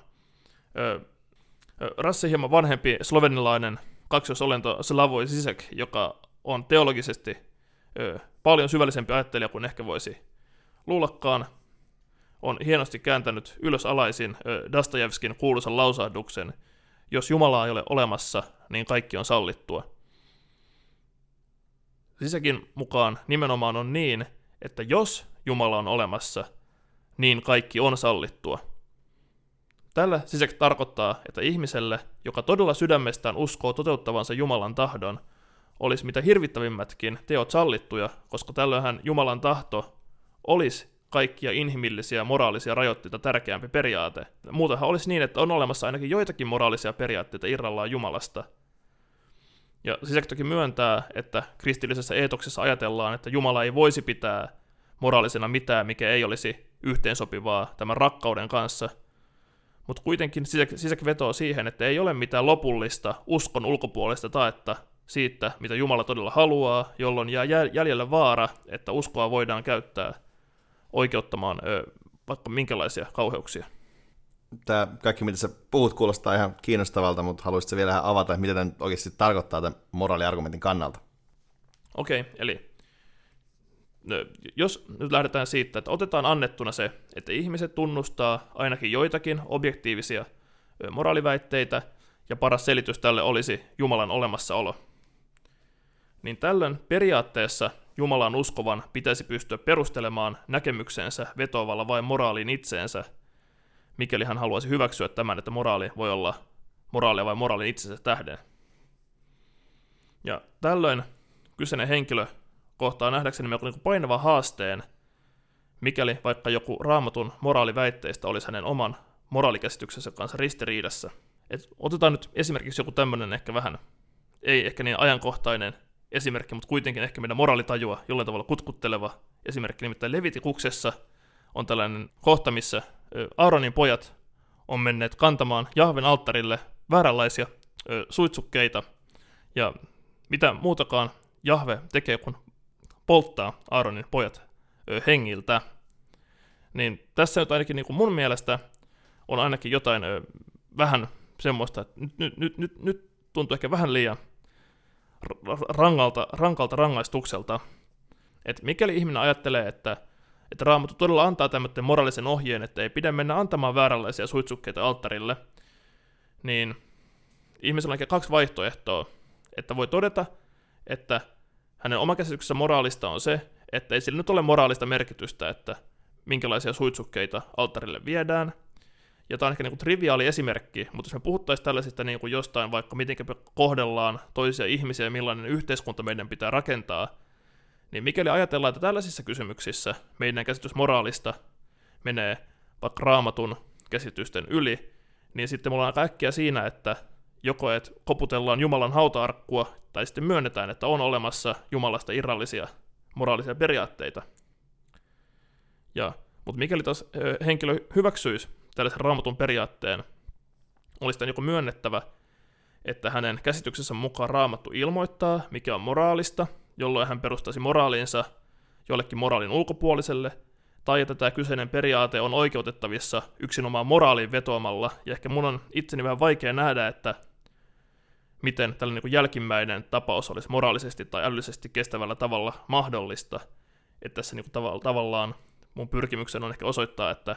Rassi hieman vanhempi slovenilainen kaksoisolento Slavoj Zizek, joka on teologisesti paljon syvällisempi ajattelija kuin ehkä voisi luullakaan, on hienosti kääntänyt ylösalaisin Dostojevskin kuuluisan lausahduksen: jos Jumalaa ei ole olemassa, niin kaikki on sallittua. Zizekin mukaan nimenomaan on niin, että jos Jumala on olemassa, niin kaikki on sallittua. Tällä Zizek tarkoittaa, että ihmiselle, joka todella sydämestään uskoo toteuttavansa Jumalan tahdon, olisi mitä hirvittävimmätkin teot sallittuja, koska tällöinhän Jumalan tahto olisi kaikkia inhimillisiä moraalisia rajoitteita tärkeämpi periaate. Muutenhan olisi niin, että on olemassa ainakin joitakin moraalisia periaatteita irrallaan Jumalasta. Ja Zizek toki myöntää, että kristillisessä eetoksessa ajatellaan, että Jumala ei voisi pitää moraalisena mitään, mikä ei olisi yhteensopivaa tämän rakkauden kanssa. Mutta kuitenkin Zizek vetoo siihen, että ei ole mitään lopullista uskon ulkopuolista taetta siitä, mitä Jumala todella haluaa, jolloin jää jäljellä vaara, että uskoa voidaan käyttää oikeuttamaan vaikka minkälaisia kauheuksia. Tämä kaikki, mitä sä puhut, kuulostaa ihan kiinnostavalta, mutta haluaisitko vielä avata, mitä tämä oikeasti tarkoittaa tämän moraaliargumentin kannalta? Okei, eli jos nyt lähdetään siitä, että otetaan annettuna se, että ihmiset tunnustaa ainakin joitakin objektiivisia moraaliväitteitä, ja paras selitys tälle olisi Jumalan olemassaolo, niin tällöin periaatteessa Jumalan uskovan pitäisi pystyä perustelemaan näkemyksensä vetoavalla vain moraaliin itseensä, mikäli hän haluaisi hyväksyä tämän, että moraali voi olla moraalia vain moraalin itsensä tähden. Ja tällöin kyseinen henkilö kohtaa nähdäkseni melko painavan haasteen, mikäli vaikka joku Raamatun moraaliväitteistä olisi hänen oman moraalikäsityksensä kanssa ristiriidassa. Otetaan nyt esimerkiksi joku tämmöinen ehkä vähän, ei ehkä niin ajankohtainen esimerkki, mutta kuitenkin ehkä meidän moraalitajua jollain tavalla kutkutteleva esimerkki, nimittäin Levitikuksessa on tällainen kohta, missä Aaronin pojat on menneet kantamaan Jahven alttarille vääränlaisia suitsukkeita, ja mitä muutakaan Jahve tekee, kun polttaa Aaronin pojat hengiltä. Niin tässä nyt ainakin niin kuin mun mielestä on ainakin jotain vähän semmoista, että nyt tuntuu ehkä vähän liian rankalta rangaistukselta. Että mikäli ihminen ajattelee, että Raamattu todella antaa tämmöisen moraalisen ohjeen, että ei pidä mennä antamaan vääränlaisia suitsukkeita alttarille, niin ihmisellä on kaksi vaihtoehtoa. Että voi todeta, että hänen oma käsityksensä moraalista on se, että ei sillä nyt ole moraalista merkitystä, että minkälaisia suitsukkeita alttarille viedään. Ja tämä on ehkä niin kuin triviaali esimerkki, mutta jos me puhuttaisiin tällaisista niin kuin jostain, vaikka miten kohdellaan toisia ihmisiä ja millainen yhteiskunta meidän pitää rakentaa, niin mikäli ajatellaan, että tällaisissa kysymyksissä meidän käsitys moraalista menee vaikka Raamatun käsitysten yli, niin sitten mulla on aika äkkiä siinä, että joko et koputellaan Jumalan hauta-arkkua, tai sitten myönnetään, että on olemassa Jumalasta irrallisia moraalisia periaatteita. Mutta mikäli taas henkilö hyväksyisi tällaisen Raamatun periaatteen, olisi tämän joko myönnettävä, että hänen käsityksensä mukaan Raamattu ilmoittaa, mikä on moraalista, jolloin hän perustaisi moraalinsa jollekin moraalin ulkopuoliselle, tai että tämä kyseinen periaate on oikeutettavissa yksinomaan moraaliin vetoamalla, ja ehkä mun on itseni vähän vaikea nähdä, että miten tällainen niin kuin jälkimmäinen tapaus olisi moraalisesti tai älyllisesti kestävällä tavalla mahdollista, että tässä niin kuin tavallaan mun pyrkimyksen on ehkä osoittaa, että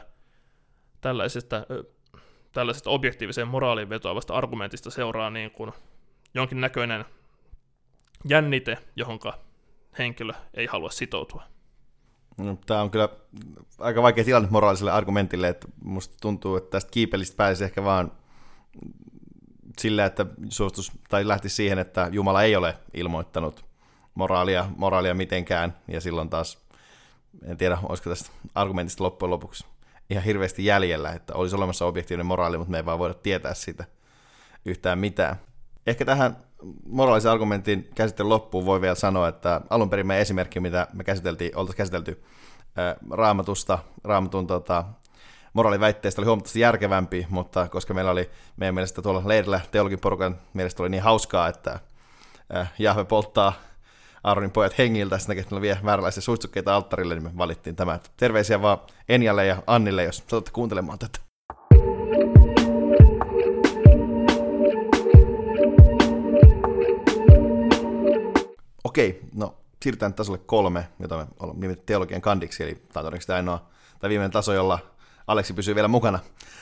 tällaisesta objektiiviseen moraaliin vetoavasta argumentista seuraa niin kuin jonkinnäköinen jännite, johonka henkilö ei halua sitoutua. No, tämä on kyllä aika vaikea tilanne moraaliselle argumentille, että musta tuntuu, että tästä kiipelistä pääsisi ehkä vaan sillä, että suostus tai lähtisi siihen, että Jumala ei ole ilmoittanut moraalia mitenkään, ja silloin taas, en tiedä, olisiko tästä argumentista loppujen lopuksi ihan hirveästi jäljellä, että olisi olemassa objektiivinen moraali, mutta me ei vaan voida tietää siitä yhtään mitään. Ehkä tähän moraalisen argumentin käsittelyn loppuun voi vielä sanoa, että alun perin meidän esimerkki, mitä me oltaisiin käsitelty Raamatun moraaliväitteistä, oli huomattavasti järkevämpi, mutta koska meillä oli meidän mielestä tuolla leirillä teologin porukan mielestä oli niin hauskaa, että Jahve polttaa Aaronin pojat hengiltä, sen takia, että vie vääränlaisia suitsukkeita alttarille, niin me valittiin tämä. Terveisiä vaan Enjalle ja Annille, jos satutte kuuntelemaan tätä. Okei, no siirrytään tasolle 3, jota me olemme nimetty teologian kandiksi, eli tämä on todennäköisesti ainoa tai viimeinen taso, jolla Aleksi pysyy vielä mukana.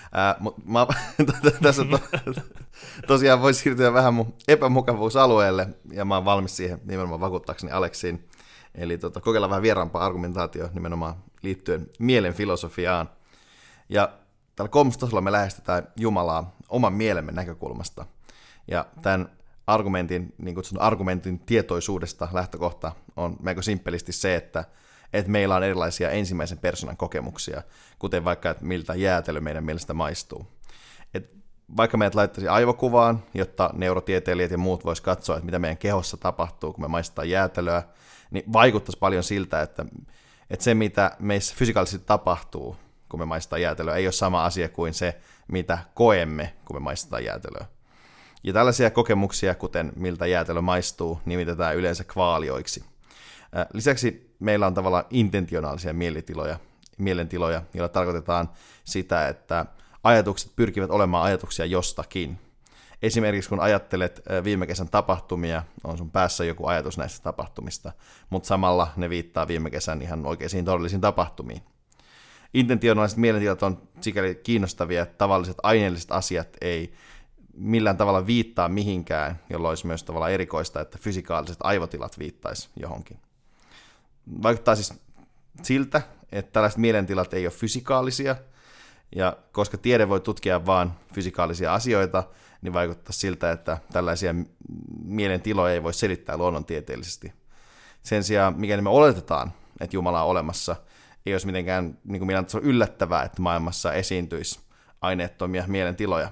Tässä tosiaan voi siirtyä vähän mun epämukavuusalueelle, ja mä oon valmis siihen nimenomaan vakuuttaakseni Aleksiin. Eli kokeillaan vähän vieraampaa argumentaatio nimenomaan liittyen mielen filosofiaan. Ja tällä kolmostasolla me lähestytään Jumalaa oman mielemme näkökulmasta. Ja tämän argumentin, niin kutsutun argumentin tietoisuudesta lähtökohta on melko simppelisti se, että meillä on erilaisia ensimmäisen persoonan kokemuksia, kuten vaikka, että miltä jäätelö meidän mielestä maistuu. Et vaikka meidät laittaisi aivokuvaan, jotta neurotieteilijät ja muut vois katsoa, että mitä meidän kehossa tapahtuu, kun me maistetaan jäätelöä, niin vaikuttaisi paljon siltä, että se, mitä meissä fysikaalisesti tapahtuu, kun me maistetaan jäätelöä, ei ole sama asia kuin se, mitä koemme, kun me maistetaan jäätelöä. Ja tällaisia kokemuksia, kuten miltä jäätelö maistuu, nimitetään yleensä kvaalioiksi. Lisäksi meillä on tavallaan intentionaalisia mielentiloja, joilla tarkoitetaan sitä, että ajatukset pyrkivät olemaan ajatuksia jostakin. Esimerkiksi kun ajattelet viime kesän tapahtumia, on sun päässä joku ajatus näistä tapahtumista, mutta samalla ne viittaa viime kesän ihan oikeisiin todellisiin tapahtumiin. Intentionaaliset mielentilat on sikäli kiinnostavia, että tavalliset aineelliset asiat ei millään tavalla viittaa mihinkään, jolloin olisi myös tavallaan erikoista, että fysikaaliset aivotilat viittaisi johonkin. Vaikuttaa siis siltä, että tällaiset mielentilat ei ole fysikaalisia, ja koska tiede voi tutkia vain fysikaalisia asioita, niin vaikuttaa siltä, että tällaisia mielentiloja ei voi selittää luonnontieteellisesti. Sen sijaan, mikäli me oletetaan, että Jumala on olemassa, ei olisi mitenkään niin kuin millään tasolla yllättävää, että maailmassa esiintyisi aineettomia mielentiloja.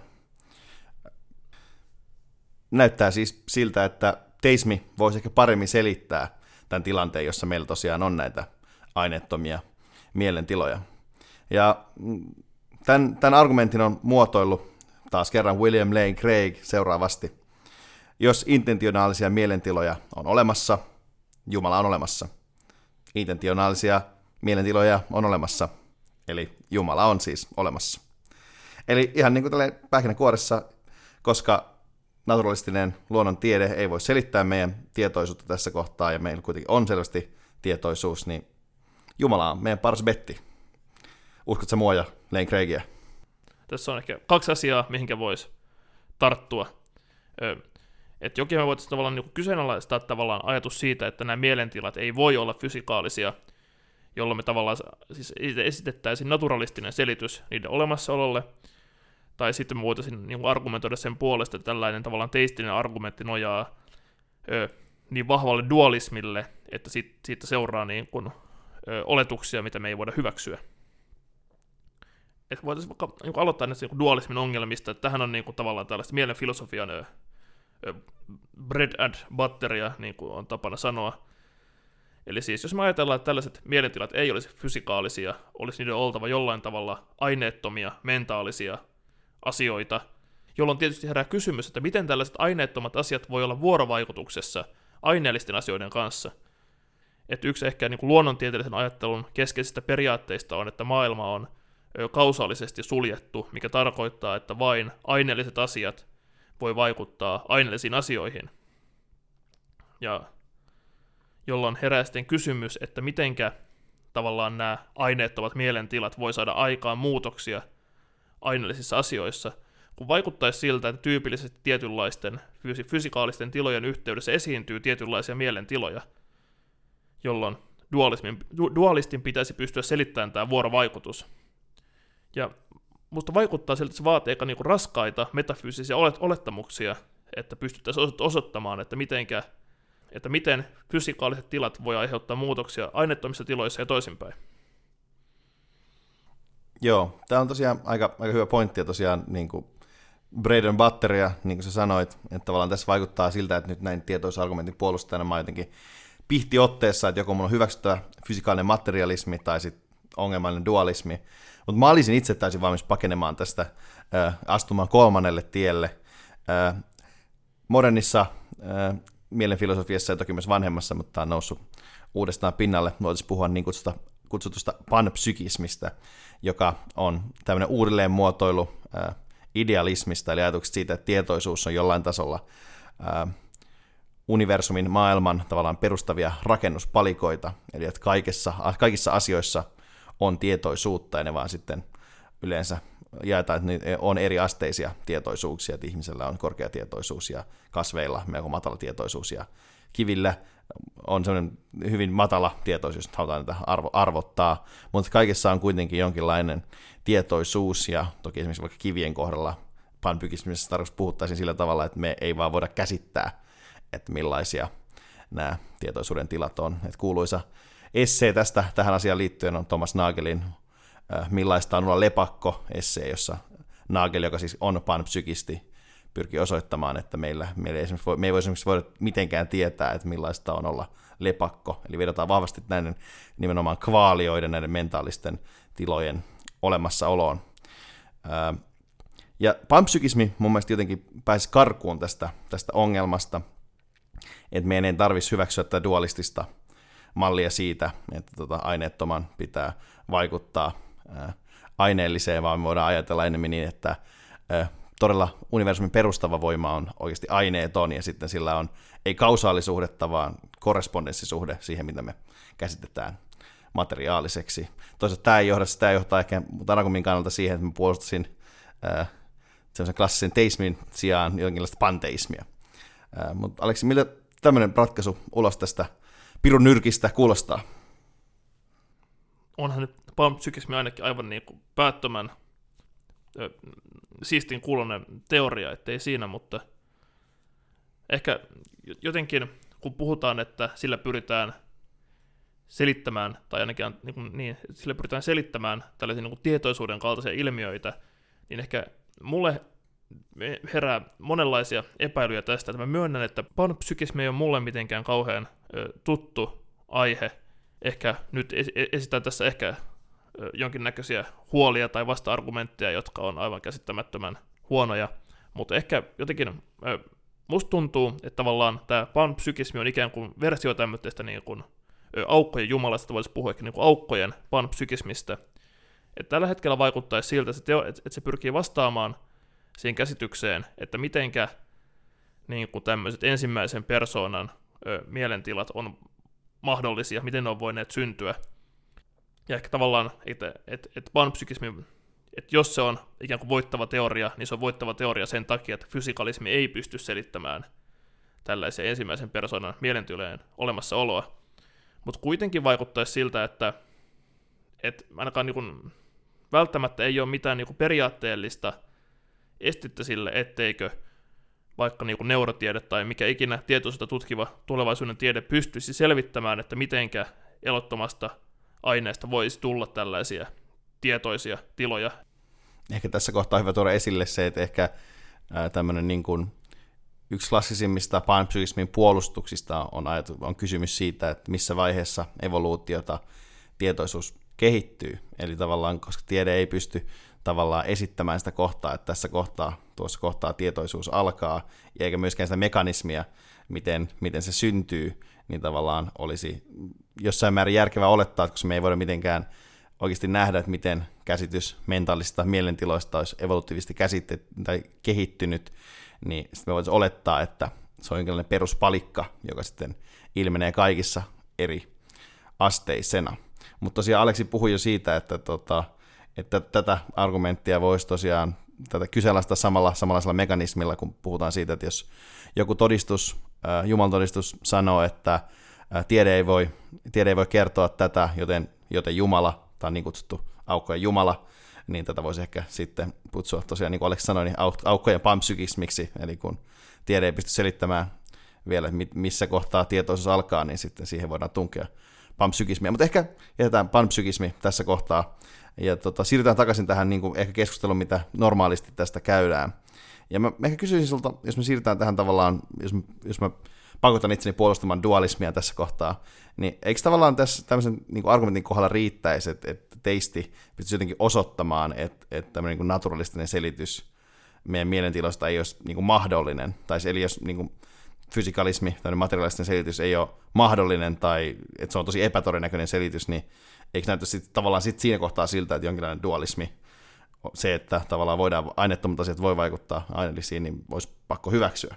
Näyttää siis siltä, että teismi voisi ehkä paremmin selittää tämän tilanteen, jossa meillä tosiaan on näitä aineettomia mielentiloja. Ja tämän argumentin on muotoillut taas kerran William Lane Craig seuraavasti. Jos intentionaalisia mielentiloja on olemassa, Jumala on olemassa. Intentionaalisia mielentiloja on olemassa, eli Jumala on siis olemassa. Eli ihan niin kuin tälleen pähkinänkuoressa, koska naturalistinen luonnontiede ei voi selittää meidän tietoisuutta tässä kohtaa, ja meillä kuitenkin on selvästi tietoisuus, niin Jumala on meidän paras betti. Uskotko mua ja Lane Craigia? Tässä on ehkä 2 asiaa, mihinkä voisi tarttua. Että jokin me voitaisiin tavallaan niin kyseenalaistaa tavallaan ajatus siitä, että nämä mielentilat ei voi olla fysikaalisia, jolloin me tavallaan siis esitettäisiin naturalistinen selitys niiden olemassaololle, tai sitten me voitaisiin niin argumentoida sen puolesta, että tällainen tavallaan teistinen argumentti nojaa niin vahvalle dualismille, että siitä seuraa niin kuin, oletuksia, mitä me ei voida hyväksyä. Että voitaisiin vaikka niin aloittaa näistä niin dualismin ongelmista, että tähän on niin kuin, tavallaan tällaista mielen filosofian bread and butteria, niin kuin on tapana sanoa. Eli siis jos me ajatellaan, että tällaiset mielentilat ei olisi fysikaalisia, olisi niiden oltava jollain tavalla aineettomia, mentaalisia asioita, jolloin tietysti herää kysymys, että miten tällaiset aineettomat asiat voi olla vuorovaikutuksessa aineellisten asioiden kanssa. Että yksi ehkä niin kuin luonnontieteellisen ajattelun keskeisistä periaatteista on, että maailma on kausaalisesti suljettu, mikä tarkoittaa, että vain aineelliset asiat voi vaikuttaa aineellisiin asioihin. Ja jolloin herää sitten kysymys, että mitenkä tavallaan nämä aineettomat mielentilat voi saada aikaan muutoksia aineellisissa asioissa, kun vaikuttaisi siltä, että tyypillisesti tietynlaisten fysikaalisten tilojen yhteydessä esiintyy tietynlaisia mielentiloja, jolloin dualistin pitäisi pystyä selittämään tämä vuorovaikutus. Ja musta vaikuttaa siltä, että se vaatii aika niinku raskaita metafyysisiä olettamuksia, että pystyttäisiin osoittamaan, että miten fysikaaliset tilat voi aiheuttaa muutoksia aineettomissa tiloissa ja toisinpäin. Joo, tämä on tosiaan aika hyvä pointti, ja tosiaan niin kuin bread and butteria, niin kuin sä sanoit, että tavallaan tässä vaikuttaa siltä, että nyt näin tietoisargumentin puolustajana mä jotenkin pihtiotteessa, että joko mun on hyväksyttävä fysikaalinen materialismi tai sitten ongelmallinen dualismi, mutta mä olisin itse täysin valmis pakenemaan tästä astumaan kolmannelle tielle. Modernissa mielenfilosofiassa ja toki myös vanhemmassa, mutta tämä on noussut uudestaan pinnalle. Voitaisiin puhua niin kutsutusta panpsykismista, joka on tämmöinen uudelleenmuotoilu idealismista, eli ajatuksesta siitä, että tietoisuus on jollain tasolla universumin, maailman tavallaan perustavia rakennuspalikoita, eli että kaikissa asioissa on tietoisuutta, ja ne vaan sitten yleensä jaetaan, että on eri asteisia tietoisuuksia, että ihmisellä on korkea tietoisuus ja kasveilla melko matala tietoisuus, ja kivillä on semmoinen hyvin matala tietoisuus, että halutaan niitä arvottaa, mutta kaikessa on kuitenkin jonkinlainen tietoisuus, ja toki esimerkiksi vaikka kivien kohdalla panpsykismissa tarkoitus puhuttaisiin sillä tavalla, että me ei vaan voida käsittää, että millaisia nämä tietoisuuden tilat on. Että kuuluisa essee tähän asiaan liittyen on Thomas Nagelin Millaista on olla lepakko -essee, jossa Nagel, joka siis on panpsykisti, pyrkii osoittamaan, että me ei voi esimerkiksi voida mitenkään tietää, että millaista on olla lepakko. Eli vedotaan vahvasti näiden nimenomaan kvaalioiden, näiden mentaalisten tilojen olemassaoloon. Ja panpsykismi mun mielestä jotenkin pääsi karkuun tästä ongelmasta, että meidän ei tarvitsisi hyväksyä tätä dualistista mallia siitä, että aineettoman pitää vaikuttaa aineelliseen, vaan me voidaan ajatella enemmän niin, että todella universumin perustava voima on oikeasti aineeton, ja sitten sillä on ei kausaalisuhdetta, vaan korrespondenssisuhde siihen, mitä me käsitetään materiaaliseksi. Toisaalta tämä johtaa ehkä Tanakumin kannalta siihen, että mä puolustasin sellaisen klassisen teismin sijaan jonkinlaista panteismia. Mutta Aleksi, miltä tämmöinen ratkaisu ulos tästä pirun nyrkistä kuulostaa? Onhan nyt panpsykismi ainakin aivan niin kuin päättömän siistin kuulonen teoria, ettei siinä, mutta ehkä jotenkin, kun puhutaan, että sillä pyritään selittämään, tai ainakin sillä pyritään selittämään tällaisia niin kuin tietoisuuden kaltaisia ilmiöitä, niin ehkä mulle herää monenlaisia epäilyjä tästä, että mä myönnän, että panpsykismi ei ole mulle mitenkään kauhean tuttu aihe. Ehkä nyt esitän tässä ehkä jonkinnäköisiä huolia tai vasta-argumentteja, jotka on aivan käsittämättömän huonoja, mutta ehkä jotenkin musta tuntuu, että tavallaan tämä panpsykismi on ikään kuin versio tämmöistä niin kuin aukkojen jumalasta, voisi puhua ehkä niin kuin aukkojen panpsykismistä. Että tällä hetkellä vaikuttaisi siltä, että se pyrkii vastaamaan siihen käsitykseen, että mitenkä niin kuin tämmöiset ensimmäisen persoonan mielentilat on mahdollisia, miten ne on voineet syntyä. Ja ehkä tavallaan, että panpsykismi, että jos se on ikään kuin voittava teoria, niin se on voittava teoria sen takia, että fysikalismi ei pysty selittämään tällaisia ensimmäisen persoonan mielentilojen olemassaoloa. Mutta kuitenkin vaikuttaisi siltä, että ainakaan niin kuin välttämättä ei ole mitään niin kuin periaatteellista estettä sille, etteikö vaikka niin kuin neurotiede tai mikä ikinä tietoisuutta tutkiva tulevaisuuden tiede pystyisi selvittämään, että mitenkä elottomasta aineesta voisi tulla tällaisia tietoisia tiloja. Ehkä tässä kohtaa on hyvä tuoda esille se, että ehkä tämmöinen niin kuin yksi klassisimmista panpsykismin puolustuksista on kysymys siitä, että missä vaiheessa evoluutiota tietoisuus kehittyy. Eli tavallaan, koska tiede ei pysty tavallaan esittämään sitä kohtaa, että tuossa kohtaa tietoisuus alkaa, ja eikä myöskään sitä mekanismia, miten se syntyy, niin tavallaan olisi jossain määrin järkevää olettaa, koska me ei voida mitenkään oikeasti nähdä, että miten käsitys mentaalista mielentiloista olisi evolutiivisesti tai kehittynyt, niin sitten me voitaisiin olettaa, että se on jonkinlainen peruspalikka, joka sitten ilmenee kaikissa eri asteisena. Mutta tosiaan Aleksi puhui jo siitä, että tätä argumenttia voisi tosiaan tätä kyseenalaistaa samanlaisella mekanismilla, kun puhutaan siitä, että jos joku Jumalan todistus sanoo, että tiede ei voi kertoa tätä, joten Jumala, tai niin kutsuttu aukkojen Jumala, niin tätä voisi ehkä sitten kutsua tosiaan, niin kuin Aleksi sanoi, niin aukkojen panpsykismiksi, eli kun tiede ei pysty selittämään vielä, missä kohtaa tietoisuus alkaa, niin sitten siihen voidaan tunkea panpsykismia. Mutta ehkä jätetään panpsykismi tässä kohtaa, ja siirrytään takaisin tähän niin kuin ehkä keskusteluun, mitä normaalisti tästä käydään. Ja mä ehkä kysyisin sulta, jos me siirrytään tähän tavallaan, jos mä pakotan itseni puolustamaan dualismia tässä kohtaa, niin eikö tavallaan tässä tämmöisen niin kuin argumentin kohdalla riittäisi, että teisti pystyisi jotenkin osoittamaan, että tämmöinen niin kuin naturalistinen selitys meidän mielentiloista ei olisi niin kuin mahdollinen, tai eli jos niin kuin fysikalismi tai materiaalisten selitys ei ole mahdollinen, tai että se on tosi epätodennäköinen selitys, niin eikö näytä sitten tavallaan siinä kohtaa siltä, että jonkinlainen dualismi, se, että tavallaan voidaan aineettomat asiat voi vaikuttaa aineellisiin, niin olisi pakko hyväksyä.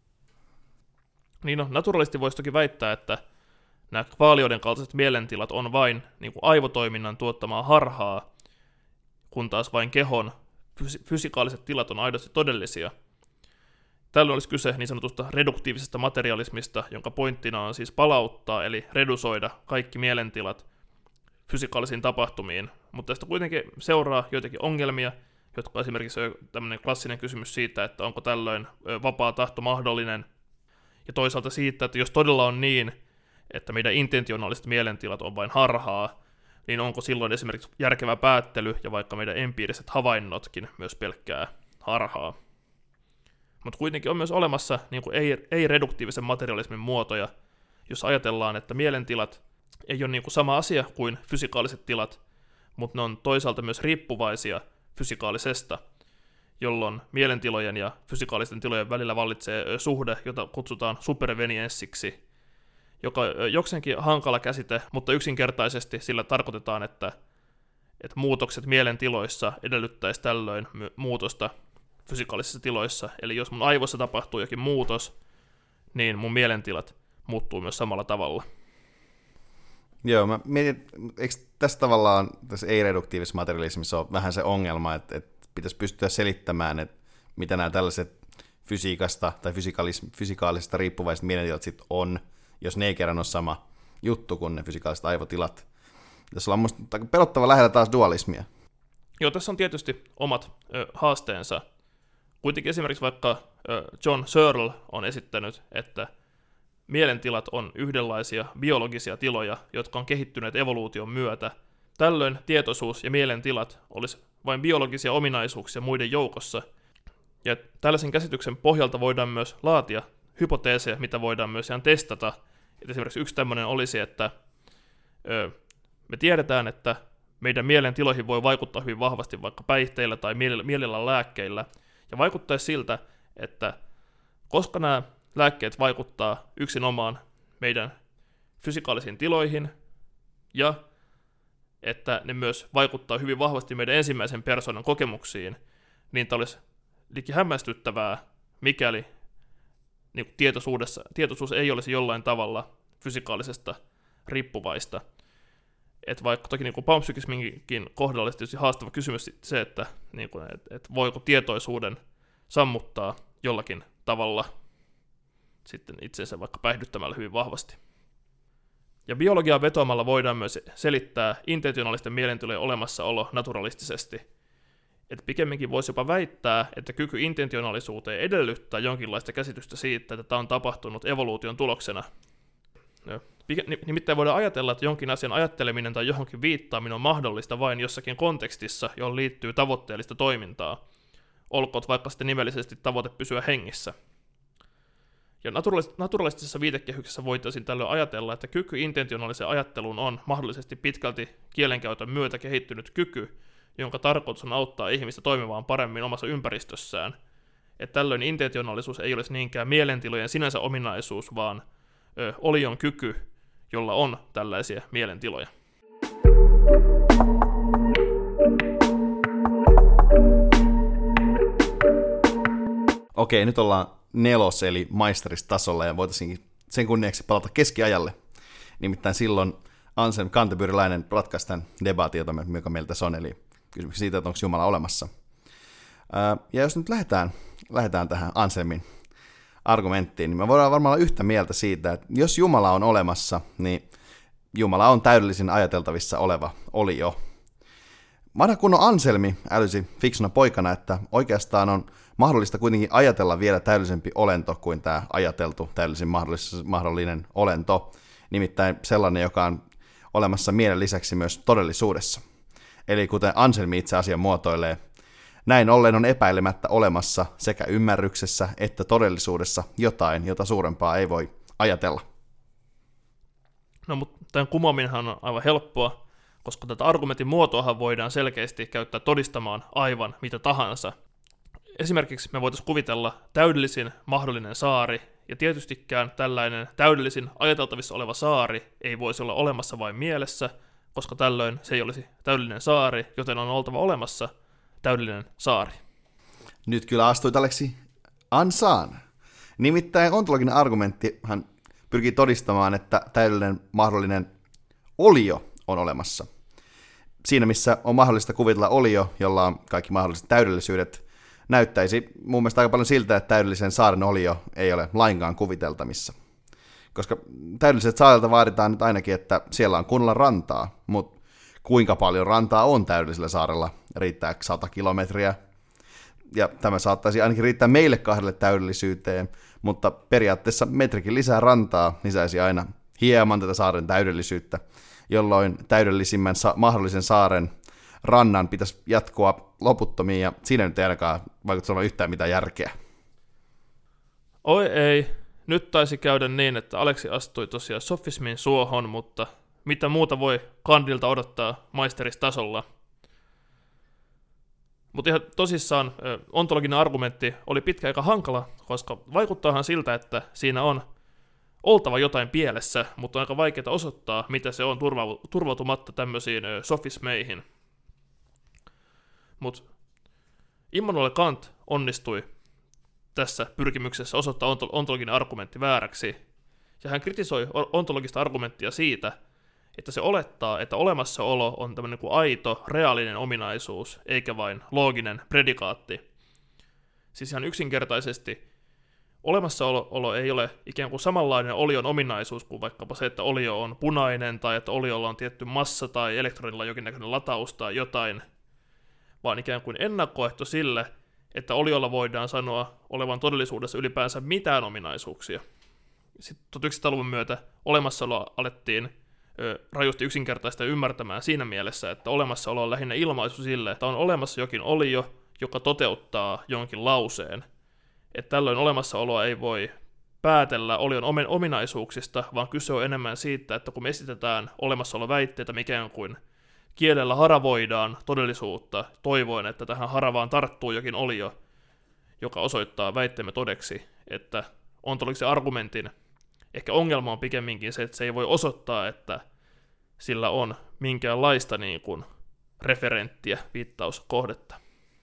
Niin no, naturalisti voisi toki väittää, että nämä kvaalioiden kaltaiset mielentilat on vain niin kuin aivotoiminnan tuottamaa harhaa, kun taas vain kehon fysikaaliset tilat on aidosti todellisia. Tällöin olisi kyse niin sanotusta reduktiivisesta materialismista, jonka pointtina on siis palauttaa, eli redusoida kaikki mielentilat fysikaalisiin tapahtumiin, mutta tästä kuitenkin seuraa joitakin ongelmia, jotka esimerkiksi on tämmöinen klassinen kysymys siitä, että onko tällöin vapaa tahto mahdollinen, ja toisaalta siitä, että jos todella on niin, että meidän intentionaaliset mielentilat on vain harhaa, niin onko silloin esimerkiksi järkevä päättely ja vaikka meidän empiiriset havainnotkin myös pelkkää harhaa. Mutta kuitenkin on myös olemassa niin kuin ei-reduktiivisen materialismin muotoja, jos ajatellaan, että mielentilat ei ole niin kuin sama asia kuin fysikaaliset tilat, mutta ne on toisaalta myös riippuvaisia fysikaalisesta, jolloin mielentilojen ja fysikaalisten tilojen välillä vallitsee suhde, jota kutsutaan supervenienssiksi, joka on jokseenkin hankala käsite, mutta yksinkertaisesti sillä tarkoitetaan, että muutokset mielentiloissa edellyttäisi tällöin muutosta fysikaalisissa tiloissa. Eli jos mun aivoissa tapahtuu jokin muutos, niin mun mielentilat muuttuu myös samalla tavalla. Joo, mä mietin, eikö tässä tavallaan tässä ei-reduktiivisessa materialismissa ole vähän se ongelma, että pitäisi pystyä selittämään, että mitä nämä tällaiset fysiikasta tai fysikaalisesta riippuvaiset mielentilat sitten on, jos ne ei kerran ole sama juttu kuin ne fysikaaliset aivotilat. Tässä ollaan musta pelottava lähellä taas dualismia. Joo, tässä on tietysti omat haasteensa. Kuitenkin esimerkiksi vaikka John Searle on esittänyt, että mielentilat on yhdenlaisia biologisia tiloja, jotka on kehittyneet evoluution myötä. Tällöin tietoisuus ja mielentilat olisi vain biologisia ominaisuuksia muiden joukossa. Ja tällaisen käsityksen pohjalta voidaan myös laatia hypoteeseja, mitä voidaan myös ihan testata. Et esimerkiksi yksi tämmöinen olisi, että me tiedetään, että meidän mielentiloihin voi vaikuttaa hyvin vahvasti vaikka päihteillä tai mielellä lääkkeillä. Ja vaikuttaisi siltä, että koska nämä lääkkeet vaikuttaa yksinomaan meidän fysikaalisiin tiloihin ja että ne myös vaikuttaa hyvin vahvasti meidän ensimmäisen persoonan kokemuksiin, niin tämä olisi liikin hämmästyttävää, mikäli niin tietoisuus ei olisi jollain tavalla fysikaalisesta riippuvaista. Että vaikka toki niin panpsykisminkin kohdalla olisi tietysti haastava kysymys se, että voiko tietoisuuden sammuttaa jollakin tavalla sitten itsensä vaikka päihdyttämällä hyvin vahvasti. Ja biologiaa vetoamalla voidaan myös selittää intentionaalisten mielentilojen olemassaolo naturalistisesti. Että pikemminkin voisi jopa väittää, että kyky intentionaalisuuteen edellyttää jonkinlaista käsitystä siitä, että tämä on tapahtunut evoluution tuloksena. Nimittäin voidaan ajatella, että jonkin asian ajatteleminen tai johonkin viittaaminen on mahdollista vain jossakin kontekstissa, johon liittyy tavoitteellista toimintaa. Olkoot vaikka sitten nimellisesti tavoite pysyä hengissä. Ja naturalistisessa viitekehyksessä voitaisiin tällöin ajatella, että kyky intentionaaliseen ajatteluun on mahdollisesti pitkälti kielenkäytön myötä kehittynyt kyky, jonka tarkoitus on auttaa ihmistä toimimaan paremmin omassa ympäristössään. Että tällöin intentionaalisuus ei olisi niinkään mielentilojen sinänsä ominaisuus, vaan olion kyky, jolla on tällaisia mielentiloja. Okei, nyt ollaan eli maisteristasolla ja voitaisiin sen kunniaksi palata keskiajalle. Nimittäin silloin Anselm Canterburyläinen ratkaisi tämän debaatin, joka meiltä on, eli kysymys siitä, että onko Jumala olemassa. Ja jos nyt lähdetään tähän Anselmin argumenttiin, niin me voidaan varmaan olla yhtä mieltä siitä, että jos Jumala on olemassa, niin Jumala on täydellisin ajateltavissa oleva olio. Vanha kunnon Anselmi älysi fiksuna poikana, että oikeastaan on mahdollista kuitenkin ajatella vielä täydellisempi olento kuin tämä ajateltu täydellisin mahdollinen olento, nimittäin sellainen, joka on olemassa mielen lisäksi myös todellisuudessa. Eli kuten Anselmi itse asian muotoilee, näin ollen on epäilemättä olemassa sekä ymmärryksessä että todellisuudessa jotain, jota suurempaa ei voi ajatella. No, mutta tämän kumoaminenhan on aivan helppoa, koska tätä argumentin muotoahan voidaan selkeästi käyttää todistamaan aivan mitä tahansa. Esimerkiksi me voitaisiin kuvitella täydellisin mahdollinen saari, ja tietystikään tällainen täydellisin ajateltavissa oleva saari ei voisi olla olemassa vain mielessä, koska tällöin se ei olisi täydellinen saari, joten on oltava olemassa täydellinen saari. Nyt kyllä astuit Aleksi ansaan. Nimittäin ontologinen argumenttihan pyrkii todistamaan, että täydellinen mahdollinen olio on olemassa. Siinä missä on mahdollista kuvitella olio, jolla on kaikki mahdolliset täydellisyydet, näyttäisi mun mielestä aika paljon siltä, että täydellisen saaren olio ei ole lainkaan kuviteltavissa. Koska täydelliset saarelta vaaditaan nyt ainakin, että siellä on kunnolla rantaa, mutta kuinka paljon rantaa on täydellisellä saarella? Riittääkö 100 kilometriä? Ja tämä saattaisi ainakin riittää meille kahdelle täydellisyyteen, mutta periaatteessa metrikin lisää rantaa lisäisi aina hieman tätä saaren täydellisyyttä, jolloin täydellisimmän mahdollisen saaren rannan pitäisi jatkoa loputtomiin, ja siinä nyt ei ainakaan vaikuttaisi olevan yhtään mitään järkeä. Oi ei, nyt taisi käydä niin, että Aleksi astui tosiaan sofismin suohon, mutta mitä muuta voi kandilta odottaa maisteristasolla. Mutta ihan tosissaan ontologinen argumentti oli pitkä aika hankala, koska vaikuttaahan siltä, että siinä on oltava jotain pielessä, mutta on aika vaikeaa osoittaa, mitä se on turvautumatta tämmöisiin sofismeihin. Mutta Immanuel Kant onnistui tässä pyrkimyksessä osoittaa ontologinen argumentti vääräksi, ja hän kritisoi ontologista argumenttia siitä, että se olettaa, että olemassaolo on tämmöinen kuin aito, reaalinen ominaisuus, eikä vain looginen predikaatti. Siis ihan yksinkertaisesti olemassaolo ei ole ikään kuin samanlainen olion ominaisuus kuin vaikkapa se, että olio on punainen, tai että oliolla on tietty massa, tai elektronilla jonkinnäköinen lataus tai jotain, vaan ikään kuin ennakkoehto sille, että oliolla voidaan sanoa olevan todellisuudessa ylipäänsä mitään ominaisuuksia. Sitten 1900-luvun myötä olemassaoloa alettiin rajusti yksinkertaista ymmärtämään siinä mielessä, että olemassaolo on lähinnä ilmaisu sille, että on olemassa jokin olio, joka toteuttaa jonkin lauseen. Että tällöin olemassaoloa ei voi päätellä olion ominaisuuksista, vaan kyse on enemmän siitä, että kun me esitetään olemassaoloväitteitä, ikään kuin kielellä haravoidaan todellisuutta, toivoen, että tähän haravaan tarttuu jokin olio, joka osoittaa väitteemme todeksi, että ontologisen argumentin ehkä ongelma on pikemminkin se, että se ei voi osoittaa, että sillä on minkäänlaista niin kuin referenttiä, viittauskohdetta.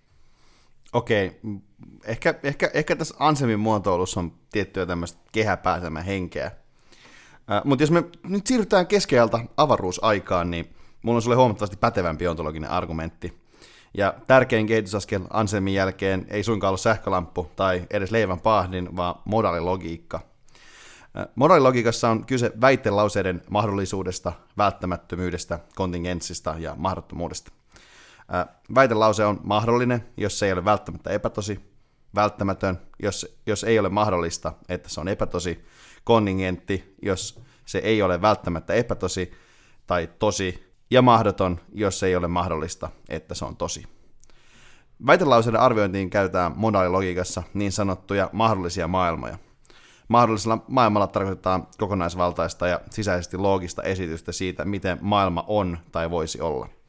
Okei, ehkä tässä Anselmin muotoilussa on tiettyä tämmöistä kehäpäätelmän henkeä. Mutta jos me nyt siirrytään keskiajalta avaruusaikaan, niin mulla on sulle huomattavasti pätevämpi ontologinen argumentti. Ja tärkein kehitysaskel Anselmin jälkeen ei suinkaan ollut sähkölamppu tai edes leivän paahdin, vaan modaalilogiikka. Modaalilogiikassa on kyse väitelauseiden mahdollisuudesta, välttämättömyydestä, kontingenssista ja mahdottomuudesta. Väitelause on mahdollinen, jos se ei ole välttämättä epätosi, välttämätön, jos ei ole mahdollista, että se on epätosi, kontingentti, jos se ei ole välttämättä epätosi tai tosi, ja mahdoton, jos se ei ole mahdollista, että se on tosi. Väitelauseiden arviointiin käytetään modaalilogiikassa niin sanottuja mahdollisia maailmoja. Mahdollisella maailmalla tarkoitetaan kokonaisvaltaista ja sisäisesti loogista esitystä siitä, miten maailma on tai voisi olla.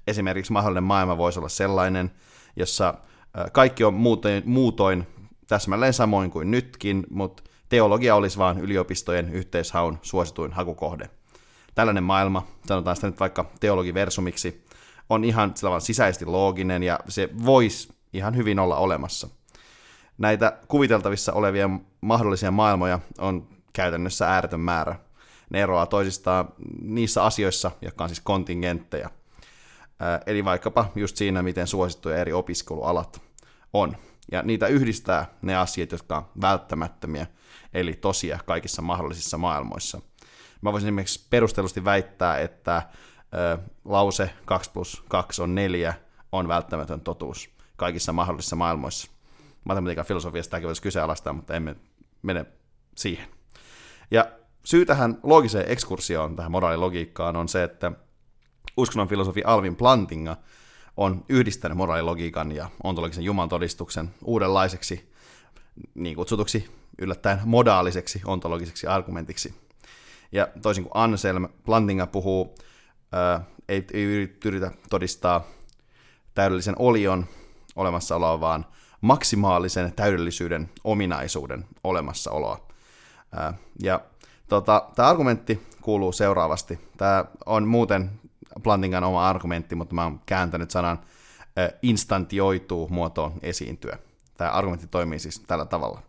Esimerkiksi mahdollinen maailma voisi olla sellainen, jossa kaikki on muutoin täsmälleen samoin kuin nytkin, mutta teologia olisi vain yliopistojen yhteishaun suosituin hakukohde. Tällainen maailma, sanotaan sitä nyt vaikka teologiversumiksi, on ihan sisäisesti looginen ja se voisi ihan hyvin olla olemassa. Näitä kuviteltavissa olevia mahdollisia maailmoja on käytännössä ääretön määrä. Ne eroaa toisistaan niissä asioissa, jotka on siis kontingentteja. Eli vaikkapa just siinä, miten suosittuja eri opiskelualat on. Ja niitä yhdistää ne asiat, jotka on välttämättömiä, eli tosia kaikissa mahdollisissa maailmoissa. Mä voisin esimerkiksi perustellusti väittää, että lause 2+2 on 4 on välttämätön totuus kaikissa mahdollisissa maailmoissa. Matematiikan filosofiasta tämäkin voisi kyseenalaistaa, mutta emme mene siihen. Ja syy tähän loogiseen ekskursioon, tähän moraalilogiikkaan, on se, että uskonnon filosofi Alvin Plantinga on yhdistänyt moraalilogiikan ja ontologisen Jumalan todistuksen uudenlaiseksi, niin kutsutuksi yllättäen modaaliseksi ontologiseksi argumentiksi. Ja toisin kuin Anselm, Plantinga puhuu, ei yritä todistaa täydellisen olion olemassaoloa, vaan maksimaalisen täydellisyyden ominaisuuden olemassaoloa. Ja tämä argumentti kuuluu seuraavasti. Tämä on muuten Plantingan oma argumentti, mutta mä oon kääntänyt sanan instantioituu muotoon esiintyä. Tämä argumentti toimii siis tällä tavalla.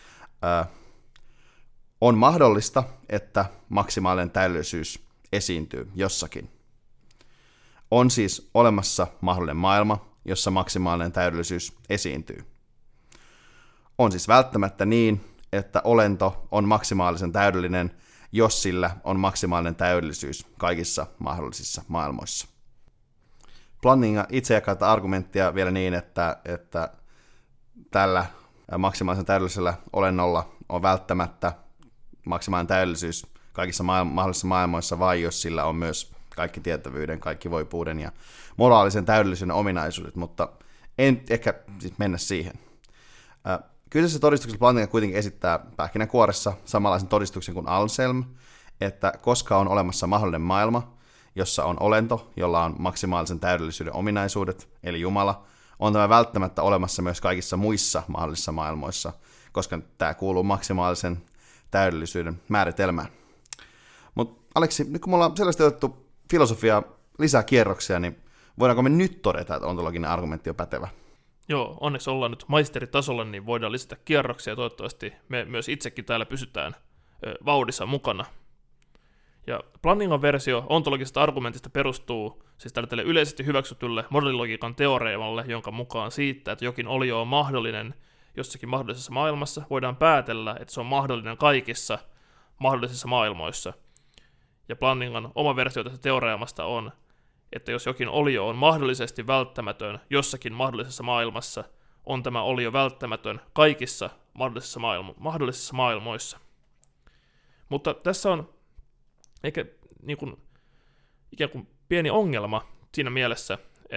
On mahdollista, että maksimaalinen täydellisyys esiintyy jossakin. On siis olemassa mahdollinen maailma, jossa maksimaalinen täydellisyys esiintyy. On siis välttämättä niin, että olento on maksimaalisen täydellinen, jos sillä on maksimaalinen täydellisyys kaikissa mahdollisissa maailmoissa. Plantinga itse jakaa tätä argumenttia vielä niin, että tällä maksimaalisen täydellisellä olennolla on välttämättä maksimaalinen täydellisyys kaikissa mahdollisissa maailmoissa, vai jos sillä on myös kaikki tietävyyden, kaikki voipuuden ja moraalisen täydellisyyden ominaisuudet, mutta en ehkä siis mennä siihen. Kyseisessä todistuksessa Plantinga kuitenkin esittää pähkinänkuoressa samanlaisen todistuksen kuin Anselm, että koska on olemassa mahdollinen maailma, jossa on olento, jolla on maksimaalisen täydellisyyden ominaisuudet, eli Jumala, on tämä välttämättä olemassa myös kaikissa muissa mahdollisissa maailmoissa, koska tämä kuuluu maksimaalisen täydellisyyden määritelmään. Mutta Aleksi, nyt kun me ollaan selvästi otettu filosofia lisää kierroksia, niin voidaanko me nyt todeta, että ontologinen argumentti on pätevä? Joo, onneksi ollaan nyt maisteritasolla, niin voidaan lisätä kierroksia, ja toivottavasti me myös itsekin täällä pysytään vauhdissa mukana. Ja Plantingan versio ontologisesta argumentista perustuu siis tälle yleisesti hyväksytylle moraalilogiikan teoreemalle, jonka mukaan siitä, että jokin olio on mahdollinen jossakin mahdollisessa maailmassa, voidaan päätellä, että se on mahdollinen kaikissa mahdollisissa maailmoissa. Ja Plantingan oma versio tästä teoreemasta on, että jos jokin olio on mahdollisesti välttämätön jossakin mahdollisessa maailmassa, on tämä olio välttämätön kaikissa mahdollisissa maailmoissa. Mutta tässä on ehkä ikään kuin pieni ongelma siinä mielessä,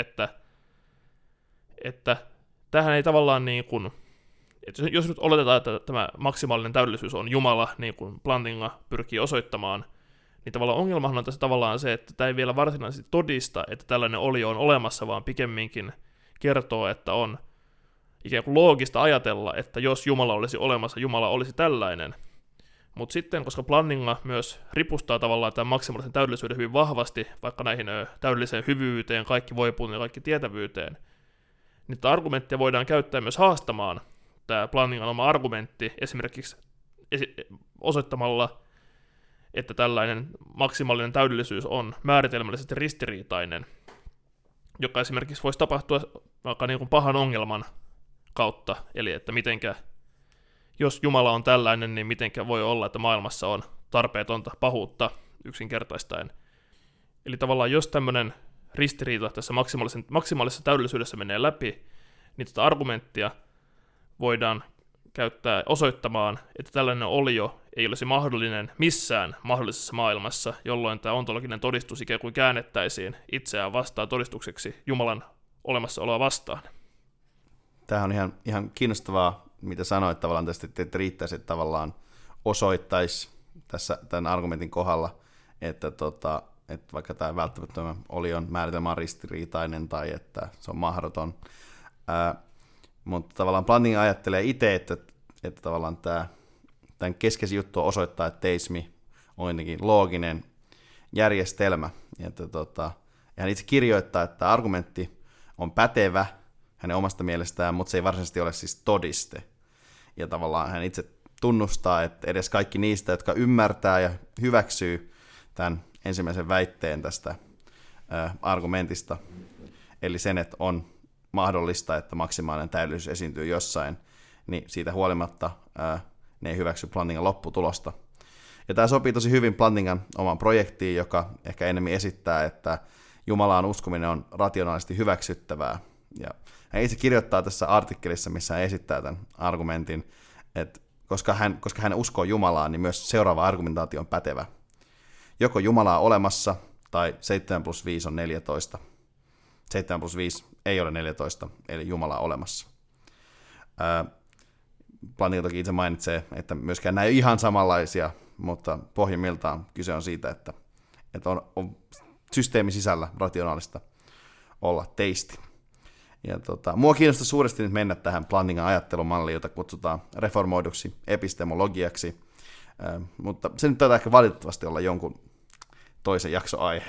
että tähän ei tavallaan että jos nyt oletetaan, että tämä maksimaalinen täydellisyys on Jumala, niin kuin Plantinga pyrkii osoittamaan, niin tavallaan ongelmahan on tässä tavallaan se, että tämä ei vielä varsinaisesti todista, että tällainen olio on olemassa, vaan pikemminkin kertoo, että on ikään kuin loogista ajatella, että jos Jumala olisi olemassa, Jumala olisi tällainen. Mutta sitten, koska Plantinga myös ripustaa tavallaan tämän maksimaalisen täydellisyyden hyvin vahvasti, vaikka näihin täydelliseen hyvyyteen, kaikki voipuuteen ja kaikki tietävyyteen, niin tätä argumenttia voidaan käyttää myös haastamaan tämä Plantingan oma argumentti esimerkiksi osoittamalla, että tällainen maksimaalinen täydellisyys on määritelmällisesti ristiriitainen, joka esimerkiksi voisi tapahtua vaikka niin kuin pahan ongelman kautta, eli että mitenkä, jos Jumala on tällainen, niin mitenkä voi olla, että maailmassa on tarpeetonta pahuutta yksinkertaistaen. Eli tavallaan jos tämmöinen ristiriita tässä maksimaalisessa täydellisyydessä menee läpi, niin tätä argumenttia voidaan käyttää osoittamaan, että tällainen olio ei olisi mahdollinen missään mahdollisessa maailmassa, jolloin tämä ontologinen todistus ikään kuin käännettäisiin itseään vastaan todistukseksi Jumalan olemassaoloa vastaan. Tämä on ihan kiinnostavaa, mitä sanoit tavallaan tästä, että riittäisi, että tavallaan osoittaisi tässä tämän argumentin kohdalla, että että vaikka tämä välttämättömän olion määritelmä on ristiriitainen tai että se on mahdoton. Mutta tavallaan Plantinga ajattelee itse, että tavallaan tämän keskeisin juttu osoittaa, että teismi on jotenkin looginen järjestelmä. Ja hän itse kirjoittaa, että argumentti on pätevä hänen omasta mielestään, mutta se ei varsinaisesti ole siis todiste. Ja tavallaan hän itse tunnustaa, että edes kaikki niistä, jotka ymmärtää ja hyväksyy tämän ensimmäisen väitteen tästä argumentista, eli sen, että on mahdollista, että maksimaalinen täydellisyys esiintyy jossain, niin siitä huolimatta ne ei hyväksy Plantingan lopputulosta. Ja tämä sopii tosi hyvin Plantingan omaan projektiin, joka ehkä enemmän esittää, että Jumalaan uskominen on rationaalisesti hyväksyttävää. Ja hän itse kirjoittaa tässä artikkelissa, missä hän esittää tämän argumentin, että koska hän uskoo Jumalaan, niin myös seuraava argumentaatio on pätevä. Joko Jumala on olemassa, tai 7 + 5 on 14. 7 + 5 ei ole 14, eli Jumala on olemassa. Plantinga toki itse mainitsee, että myöskään nämä ei ole ihan samanlaisia, mutta pohjimmiltaan kyse on siitä, että on systeemin sisällä rationaalista olla teisti. Ja mua kiinnostaa suuresti nyt mennä tähän Plantingan ajattelumalliin, jota kutsutaan reformoiduksi epistemologiaksi, mutta se nyt taitaa ehkä valitettavasti olla jonkun toisen jaksoaihe.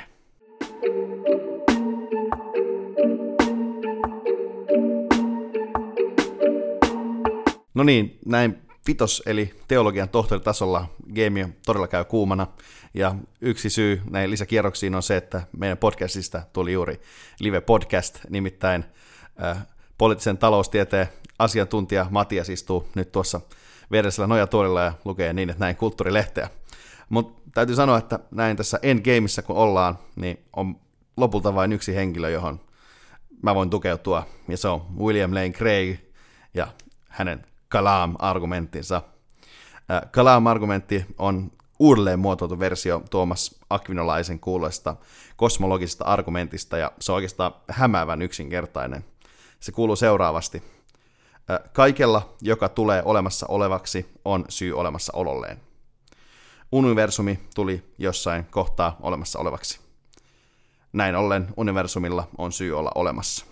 No niin, näin eli teologian tohtoritasolla game todella käy kuumana, ja yksi syy näihin lisäkierroksiin on se, että meidän podcastista tuli juuri live-podcast, nimittäin poliittisen taloustieteen asiantuntija Matias istuu nyt tuossa vieressällä nojatuolilla ja lukee niin, että näin kulttuurilehteä. Mutta täytyy sanoa, että näin tässä Endgameissa kun ollaan, niin on lopulta vain yksi henkilö, johon mä voin tukeutua, ja se on William Lane Craig ja hänen Kalam-argumenttinsa. Kalam-argumentti on uudelleen muotoiltu versio Tuomas Akvinolaisen kuuluisesta kosmologisesta argumentista, ja se on oikeastaan hämäävän yksinkertainen. Se kuuluu seuraavasti. Kaikella, joka tulee olemassa olevaksi, on syy olemassa ololleen. Universumi tuli jossain kohtaa olemassa olevaksi. Näin ollen universumilla on syy olla olemassa.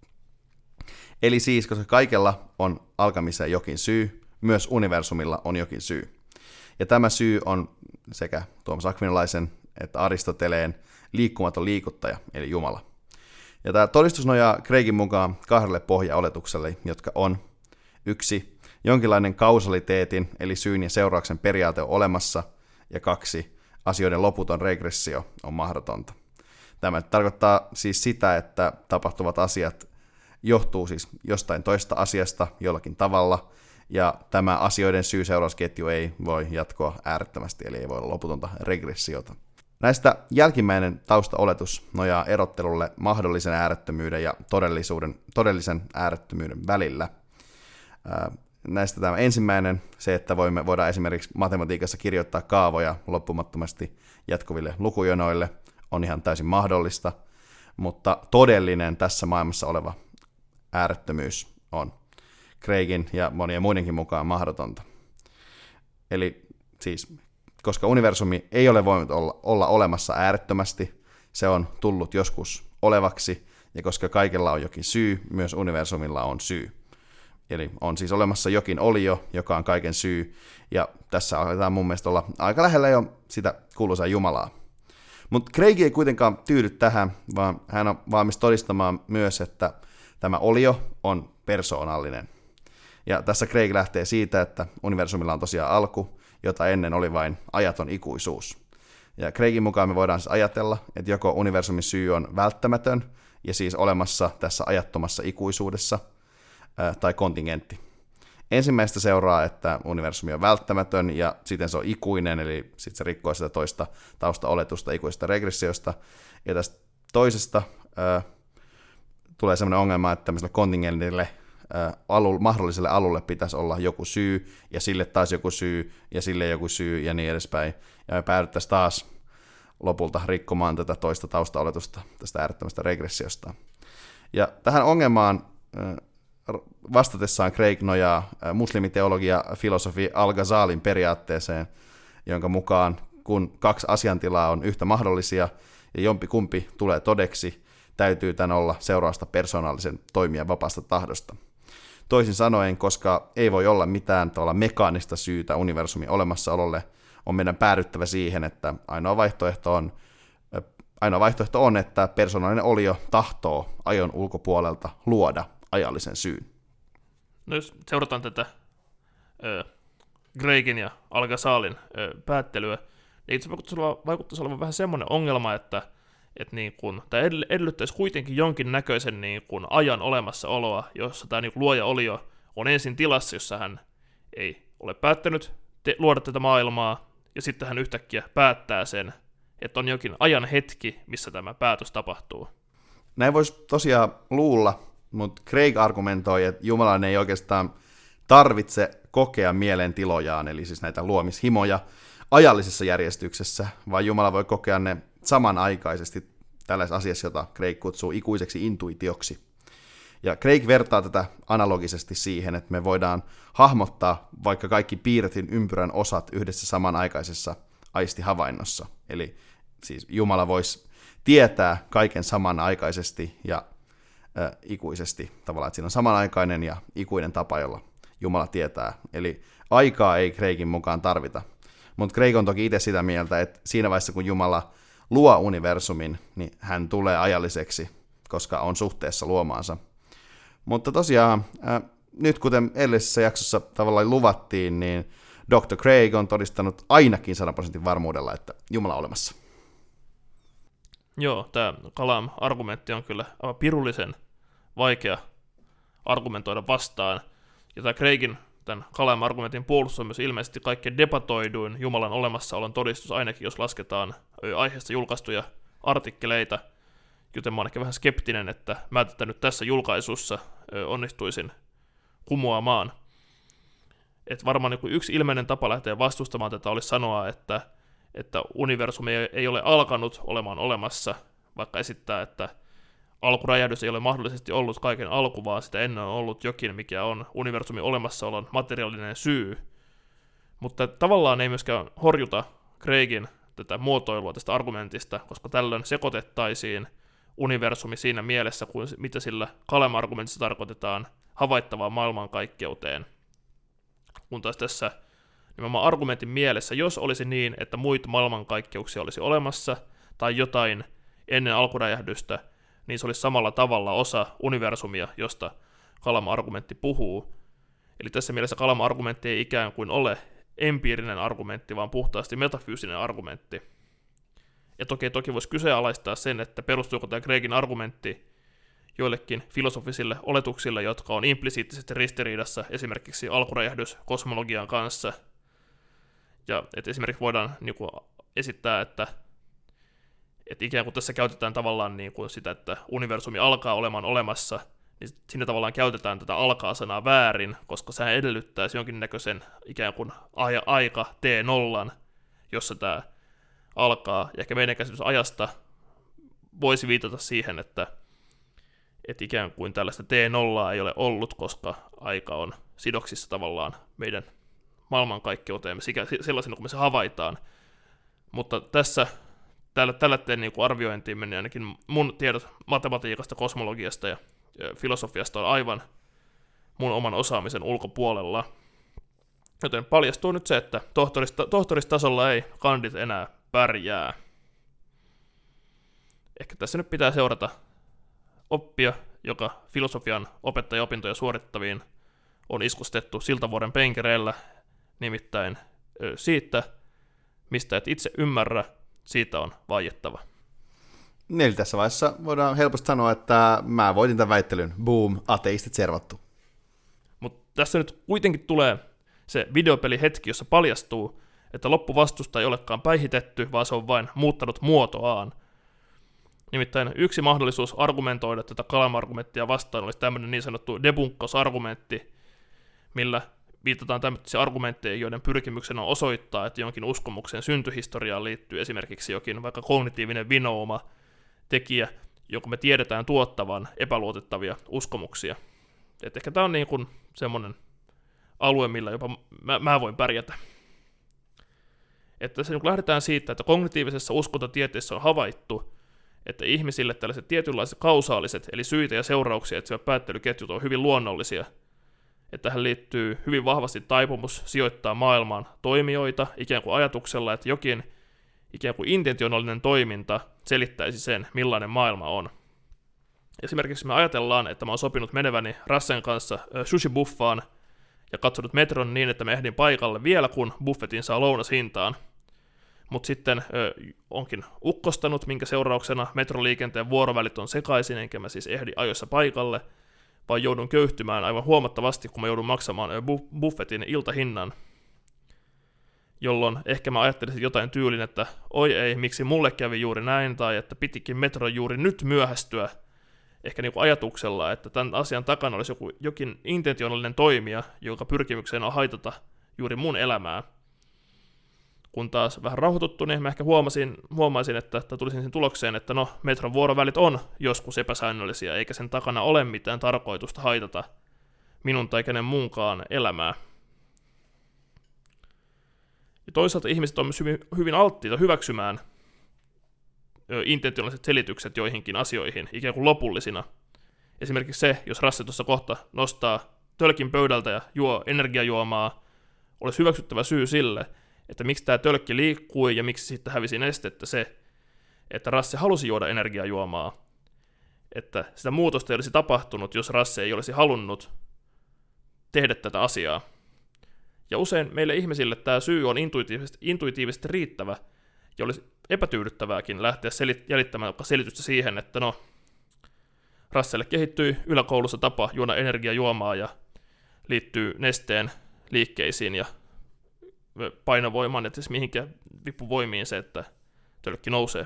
Eli siis, koska kaikella on alkamiseen jokin syy, myös universumilla on jokin syy. Ja tämä syy on sekä Tuomas Akvinolaisen että Aristoteleen liikkumaton liikuttaja, eli Jumala. Ja tämä todistus nojaa Craigin mukaan kahdelle pohjaoletukselle, jotka on 1. Jonkinlainen kausaliteetin, eli syyn ja seurauksen periaate on olemassa, ja 2. Asioiden loputon regressio on mahdotonta. Tämä tarkoittaa siis sitä, että tapahtuvat asiat johtuu siis jostain toista asiasta jollakin tavalla, ja tämä asioiden syy-seurausketju ei voi jatkoa äärettömästi, eli ei voi olla loputonta regressiota. Näistä jälkimmäinen taustaoletus nojaa erottelulle mahdollisen äärettömyyden ja todellisen äärettömyyden välillä. Näistä tämä ensimmäinen, se, että voidaan esimerkiksi matematiikassa kirjoittaa kaavoja loppumattomasti jatkuville lukujonoille, on ihan täysin mahdollista, mutta todellinen tässä maailmassa oleva äärettömyys on Craigin ja monien muidenkin mukaan mahdotonta. Eli siis, koska universumi ei ole voinut olla olemassa äärettömästi, se on tullut joskus olevaksi, ja koska kaikella on jokin syy, myös universumilla on syy. Eli on siis olemassa jokin olio, joka on kaiken syy, ja tässä aletaan mun mielestä olla aika lähellä jo sitä kuuluisaa Jumalaa. Mutta Craig ei kuitenkaan tyydy tähän, vaan hän on valmis todistamaan myös, että tämä olio on persoonallinen. Ja tässä Craig lähtee siitä, että universumilla on tosiaan alku, jota ennen oli vain ajaton ikuisuus. Ja Craigin mukaan me voidaan siis ajatella, että joko universumin syy on välttämätön, ja siis olemassa tässä ajattomassa ikuisuudessa, tai kontingentti. Ensimmäistä seuraa, että universumi on välttämätön, ja siten se on ikuinen, eli sitten se rikkoo sitä toista taustaoletusta ikuisesta regressiosta. Ja tästä toisesta tulee sellainen ongelma, että tämmöiselle kontingentille mahdolliselle alulle pitäisi olla joku syy, ja sille taas joku syy, ja sille joku syy, ja niin edespäin. Ja me päädyttäisiin taas lopulta rikkomaan tätä toista taustaoletusta tästä äärettömästä regressiosta. Ja tähän ongelmaan vastatessaan Craig nojaa muslimiteologia filosofi Al-Ghazalin periaatteeseen, jonka mukaan kun kaksi asiantilaa on yhtä mahdollisia ja jompikumpi tulee todeksi, täytyy tämän olla seurausta persoonallisen toimijan vapaasta tahdosta. Toisin sanoen, koska ei voi olla mitään tavalla mekaanista syytä universumin olemassaololle, on meidän päädyttävä siihen, että ainoa vaihtoehto on, että persoonallinen olio tahtoo ajon ulkopuolelta luoda ajallisen syyn. No jos seurataan tätä Gregin ja Al-Ghazalin päättelyä, niin itse vaikuttaisi olevan vähän semmoinen ongelma, että niin kun, tämä edellyttäisi kuitenkin jonkin näköisen niin kun ajan olemassaoloa, jossa tämä niin kun luoja-olio on ensin tilassa, jossa hän ei ole päättänyt luoda tätä maailmaa, ja sitten hän yhtäkkiä päättää sen, että on jokin ajan hetki, missä tämä päätös tapahtuu. Näin voisi tosiaan luulla, mutta Craig argumentoi, että Jumalan ei oikeastaan tarvitse kokea mielentilojaan, eli siis näitä luomishimoja, ajallisessa järjestyksessä, vaan Jumala voi kokea ne samanaikaisesti tällaisessa asiassa, jota Craig kutsuu ikuiseksi intuitioksi. Ja Craig vertaa tätä analogisesti siihen, että me voidaan hahmottaa vaikka kaikki piirretyn ympyrän osat yhdessä samanaikaisessa aistihavainnossa. Eli siis Jumala voisi tietää kaiken samanaikaisesti ja ikuisesti, tavallaan, että siinä on samanaikainen ja ikuinen tapa, jolla Jumala tietää. Eli aikaa ei Craigin mukaan tarvita. Mutta Craig on toki itse sitä mieltä, että siinä vaiheessa, kun Jumala luo universumin, niin hän tulee ajalliseksi, koska on suhteessa luomaansa. Mutta tosiaan, nyt kuten edellisessä jaksossa tavallaan luvattiin, niin Dr. Craig on todistanut ainakin 100% varmuudella, että Jumala on olemassa. Joo, tämä Kalam-argumentti on kyllä aivan pirullisen vaikea argumentoida vastaan. Ja tämä Craigin, tämän Kalam-argumentin puolustus on myös ilmeisesti kaikkein debatoiduin Jumalan olemassaolon todistus, ainakin jos lasketaan aiheesta julkaistuja artikkeleita. Joten mä oon ehkä vähän skeptinen, että mä tätä nyt tässä julkaisussa onnistuisin kumoamaan. Että varmaan niin yksi ilmeinen tapa lähteä vastustamaan tätä olisi sanoa, että universumi ei ole alkanut olemaan olemassa, vaikka esittää, että alkuräjähdys ei ole mahdollisesti ollut kaiken alku, vaan sitä ennen on ollut jokin, mikä on universumin olemassaolon materiaalinen syy. Mutta tavallaan ei myöskään horjuta Craigin tätä muotoilua tästä argumentista, koska tällöin sekoitettaisiin universumi siinä mielessä, kuin mitä sillä Kalem-argumentissa tarkoitetaan havaittavaan maailmankaikkeuteen. Kun taas tässä nimenomaan argumentin mielessä, jos olisi niin, että muita maailmankaikkeuksia olisi olemassa, tai jotain ennen alkuräjähdystä, niin se olisi samalla tavalla osa universumia, josta Kalem-argumentti puhuu. Eli tässä mielessä Kalem-argumentti ei ikään kuin ole empiirinen argumentti, vaan puhtaasti metafyysinen argumentti. Ja toki voisi kyseenalaistaa sen, että perustuuko tämä Craigin argumentti joillekin filosofisille oletuksille, jotka on implisiittisesti ristiriidassa esimerkiksi alkuräjähdyskosmologian kanssa. Ja että esimerkiksi voidaan niin kuin esittää, että ikään kuin tässä käytetään tavallaan niin kuin sitä, että universumi alkaa olemaan olemassa, niin siinä tavallaan käytetään tätä alkaa-sanaa väärin, koska sehän edellyttäisi jonkinnäköisen ikään kuin aika T0, jossa tämä alkaa. Ja ehkä meidän käsitys ajasta voisi viitata siihen, että ikään kuin tällaista T0 ei ole ollut, koska aika on sidoksissa tavallaan meidän maailmankaikkeuteen sellaisena kuin me se havaitaan. Mutta tällä niin kuin arviointiin meni ainakin mun tiedot matematiikasta, kosmologiasta ja filosofiasta on aivan mun oman osaamisen ulkopuolella. Joten paljastuu nyt se, että tohtoristasolla ei kandit enää pärjää. Ehkä tässä nyt pitää seurata oppia, joka filosofian opettajaopintoja suorittaviin on iskustettu siltavuoren penkereillä, nimittäin siitä, mistä et itse ymmärrä, siitä on vaiettava. Eli tässä vaiheessa voidaan helposti sanoa, että mä voitin tämän väittelyn. Boom, ateistit servattu. Mutta tässä nyt kuitenkin tulee se videopelihetki, jossa paljastuu, että loppuvastusta ei olekaan päihitetty, vaan se on vain muuttanut muotoaan. Nimittäin yksi mahdollisuus argumentoida tätä Kalem-argumenttia vastaan olisi tämmöinen niin sanottu debunkkausargumentti, millä viitataan tämmöisiä argumentteja, joiden pyrkimyksenä on osoittaa, että jonkin uskomuksen syntyhistoriaan liittyy esimerkiksi jokin vaikka kognitiivinen vinouma tekijä, jonka me tiedetään tuottavan epäluotettavia uskomuksia. Et ehkä tämä on niin kuin semmoinen alue, millä jopa mä voin pärjätä. Että se niin lähdetään siitä, että kognitiivisessa uskontatieteessä on havaittu, että ihmisille tällaiset tietynlaiset kausaaliset, eli syitä ja seurauksia etsivät päättelyketjut on hyvin luonnollisia. Että tähän liittyy hyvin vahvasti taipumus sijoittaa maailmaan toimijoita ikään kuin ajatuksella, että jokin ikään kuin intentionaalinen toiminta selittäisi sen, millainen maailma on. Esimerkiksi me ajatellaan, että mä oon sopinut meneväni Rassen kanssa sushi-buffaan ja katsonut metron niin, että me ehdin paikalle vielä, kun buffetin saa lounashintaan. Mutta sitten onkin ukkostanut, minkä seurauksena metroliikenteen vuorovälit on sekaisin, enkä mä siis ehdi ajoissa paikalle, vaan joudun köyhtymään aivan huomattavasti, kun mä joudun maksamaan buffetin iltahinnan. Jolloin ehkä mä ajattelisin jotain tyylin, että oi ei, miksi mulle kävi juuri näin, tai että pitikin metron juuri nyt myöhästyä, ehkä niin kuin ajatuksella, että tämän asian takana olisi jokin intentionaalinen toimija, jonka pyrkimykseen on haitata juuri mun elämää. Kun taas vähän rauhoituttu, niin mä ehkä huomaisin, että tulisin sen tulokseen, että no, metron vuorovälit on joskus epäsäännöllisiä, eikä sen takana ole mitään tarkoitusta haitata minun tai kenen muunkaan elämää. Ja toisaalta ihmiset on myös hyvin alttiita hyväksymään intentionaaliset selitykset joihinkin asioihin, ikään kuin lopullisina. Esimerkiksi se, jos Rasse tuossa kohta nostaa tölkin pöydältä ja juo energiajuomaa, olisi hyväksyttävä syy sille, että miksi tämä tölkki liikkui ja miksi siitä hävisi nestettä se, että Rasse halusi juoda energiajuomaa. Että sitä muutosta ei olisi tapahtunut, jos Rasse ei olisi halunnut tehdä tätä asiaa. Ja usein meille ihmisille tämä syy on intuitiivisesti riittävä, ja olisi epätyydyttävääkin lähteä jäljittämään selitystä siihen, että no, Rasselle kehittyi yläkoulussa tapa juoda energiajuomaa ja liittyy nesteen liikkeisiin ja painovoimaan, että siis mihinkään vipuvoimiin se, että tölkki nousee.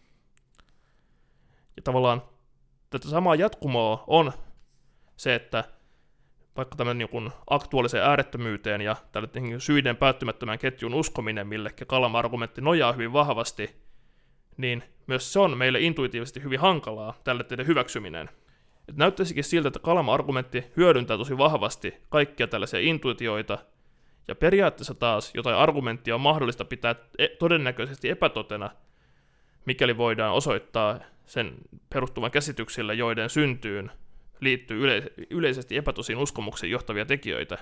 Ja tavallaan tätä samaa jatkumoa on se, että vaikka tämmöinen niin aktuaaliseen äärettömyyteen ja tälle syiden päättymättömän ketjun uskominen, millekä Kalama-argumentti nojaa hyvin vahvasti, niin myös se on meille intuitiivisesti hyvin hankalaa tälle teidän hyväksyminen. Et näyttäisikin siltä, että Kalama-argumentti hyödyntää tosi vahvasti kaikkia tällaisia intuitioita, ja periaatteessa taas jotain argumenttia on mahdollista pitää todennäköisesti epätotena, mikäli voidaan osoittaa sen perustuvan käsityksille, joiden syntyyn liittyy yleisesti epätosiin uskomuksiin johtavia tekijöitä.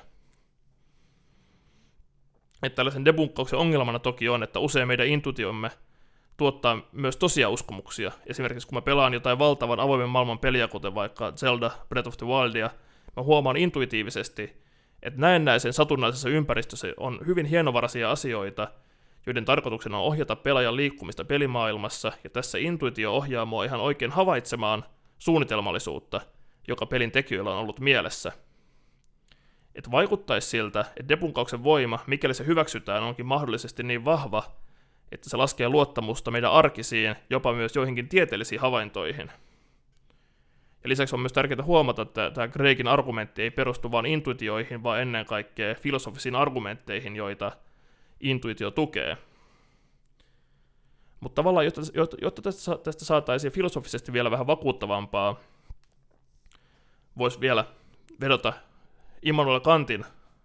Että tällaisen debunkkauksen ongelmana toki on, että usein meidän intuitiomme tuottaa myös tosia uskomuksia. Esimerkiksi kun mä pelaan jotain valtavan avoimen maailman peliä, kuten vaikka Zelda Breath of the Wildia, mä huomaan intuitiivisesti, että näennäisen satunnaisessa ympäristössä on hyvin hienovaraisia asioita, joiden tarkoituksena on ohjata pelaajan liikkumista pelimaailmassa, ja tässä intuitio ohjaa mua ihan oikein havaitsemaan suunnitelmallisuutta, joka pelin tekijöillä on ollut mielessä. Että vaikuttaisi siltä, että debunkauksen voima, mikäli se hyväksytään, onkin mahdollisesti niin vahva, että se laskee luottamusta meidän arkisiin, jopa myös joihinkin tieteellisiin havaintoihin. Ja lisäksi on myös tärkeää huomata, että tämä Craigin argumentti ei perustu vain intuitioihin, vaan ennen kaikkea filosofisiin argumentteihin, joita intuitio tukee. Mutta tavallaan, jotta tästä saataisiin filosofisesti vielä vähän vakuuttavampaa, voisi vielä vedota Immanuel Kantin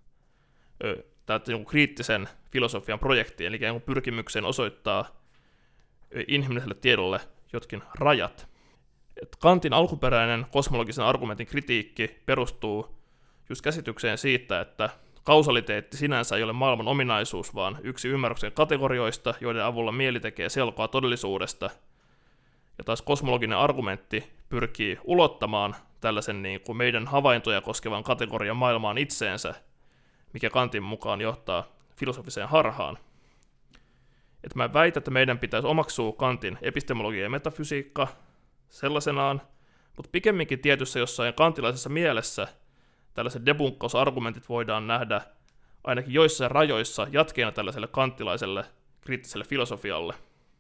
kriittisen filosofian projektiin, eli pyrkimykseen osoittaa inhimilliselle tiedolle jotkin rajat. Et Kantin alkuperäinen kosmologisen argumentin kritiikki perustuu just käsitykseen siitä, että kausaliteetti sinänsä ei ole maailman ominaisuus, vaan yksi ymmärryksen kategorioista, joiden avulla mieli tekee selkoa todellisuudesta. Ja taas kosmologinen argumentti pyrkii ulottamaan tällaisen niin kuin meidän havaintoja koskevan kategorian maailmaan itseensä, mikä Kantin mukaan johtaa filosofiseen harhaan. Et mä väitän, että meidän pitäisi omaksua Kantin epistemologia ja metafysiikka sellaisenaan, mutta pikemminkin tietyssä jossain kantilaisessa mielessä tällaiset debunkkausargumentit voidaan nähdä ainakin joissain rajoissa jatkeena tällaiselle kanttilaiselle kriittiselle filosofialle.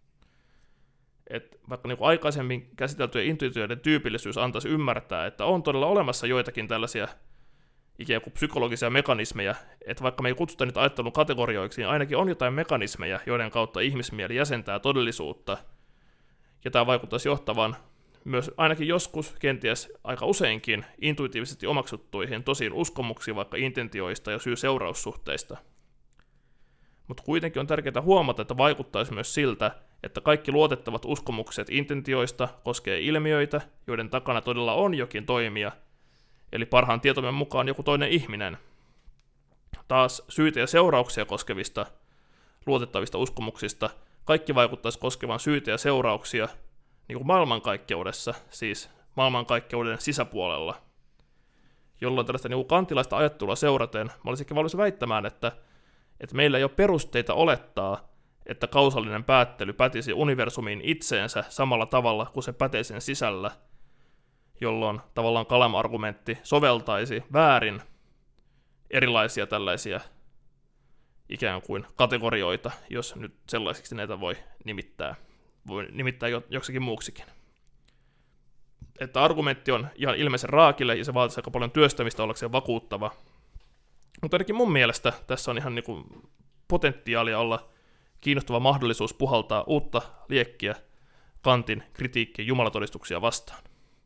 Et vaikka niin kuin aikaisemmin käsiteltyjen intuitioiden tyypillisyys antaisi ymmärtää, että on todella olemassa joitakin tällaisia ikään kuin psykologisia mekanismeja, että vaikka me ei kutsuta niitä ajattelun kategorioiksi, niin ainakin on jotain mekanismeja, joiden kautta ihmismieli jäsentää todellisuutta, ja tämä vaikuttaisi johtavan myös ainakin joskus, kenties aika useinkin, intuitiivisesti omaksuttuihin tosiin uskomuksiin vaikka intentioista ja syy-seuraussuhteista. Mutta kuitenkin on tärkeää huomata, että vaikuttaisi myös siltä, että kaikki luotettavat uskomukset intentioista koskee ilmiöitä, joiden takana todella on jokin toimija, eli parhaan tietomme mukaan joku toinen ihminen. Taas syitä ja seurauksia koskevista luotettavista uskomuksista kaikki vaikuttaisi koskevan syitä ja seurauksia niin kuin maailmankaikkeudessa, siis maailmankaikkeuden sisäpuolella. Jolloin tällaista niin kuin kantilaista ajattelua seuraten, mä olisin ehkä valmis väittämään, että meillä ei ole perusteita olettaa, että kausallinen päättely pätisi universumiin itseensä samalla tavalla kuin se pätee sen sisällä, jolloin tavallaan Kalam-argumentti soveltaisi väärin erilaisia tällaisia ikään kuin kategorioita, jos nyt sellaisiksi näitä voi nimittää joksikin muuksikin. Että argumentti on ihan ilmeisen raakille ja se vaatii aika paljon työstämistä ollakseen vakuuttava. Mutta ainakin mun mielestä tässä on ihan niinku potentiaalia olla kiinnostava mahdollisuus puhaltaa uutta liekkiä Kantin kritiikkiä jumalatodistuksia vastaan.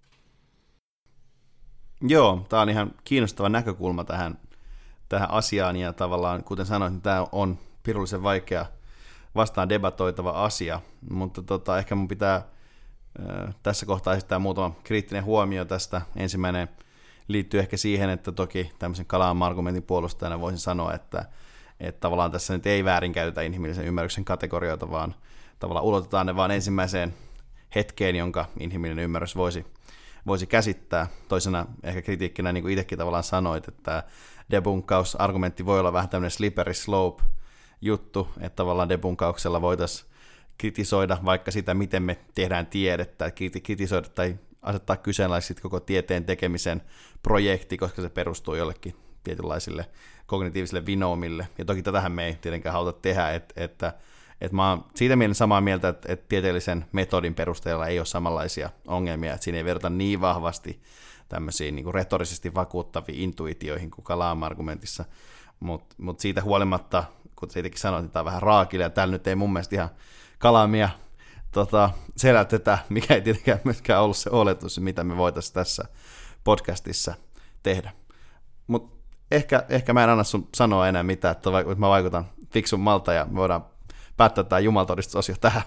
Joo, tämä on ihan kiinnostava näkökulma tähän asiaan, ja tavallaan, kuten sanoin, niin tämä on pirullisen vaikea vastaan debatoitava asia, mutta ehkä mun pitää tässä kohtaa esittää muutama kriittinen huomio tästä. Ensimmäinen liittyy ehkä siihen, että toki tämmöisen Kalam-argumentin puolustajana voisin sanoa, että tavallaan tässä nyt ei väärinkäytetä inhimillisen ymmärryksen kategorioita, vaan tavallaan ulotetaan ne vaan ensimmäiseen hetkeen, jonka inhimillinen ymmärrys voisi käsittää. Toisena ehkä kritiikkinä, niin kuin itsekin tavallaan sanoit, että debunkkausargumentti voi olla vähän tämmöinen slippery slope juttu, että tavallaan debunkkauksella voitaisiin kritisoida vaikka sitä, miten me tehdään tiedettä, kritisoida tai asettaa kyseenalaiseksi koko tieteen tekemisen projekti, koska se perustuu jollekin tietynlaisille kognitiivisille vinoomille. Ja toki tätähän me ei tietenkään haluta tehdä, että mä oon siitä mielessä samaa mieltä, että tieteellisen metodin perusteella ei ole samanlaisia ongelmia, että siinä ei verrata niin vahvasti tämmöisiin niin kuin retorisesti vakuuttaviin intuitioihin kuin Kalam-argumentissa, mutta siitä huolimatta, kuten siitäkin sanoin, että tämä on vähän raakille, ja täällä nyt ei mun mielestä ihan Kalamia selätetä, mikä ei tietenkään myöskään ollut se oletus, mitä me voitaisiin tässä podcastissa tehdä. Mutta ehkä mä en anna sun sanoa enää mitään, että mä vaikutan fiksummalta, ja me voidaan päättää tämä jumalatodistusosio tähän.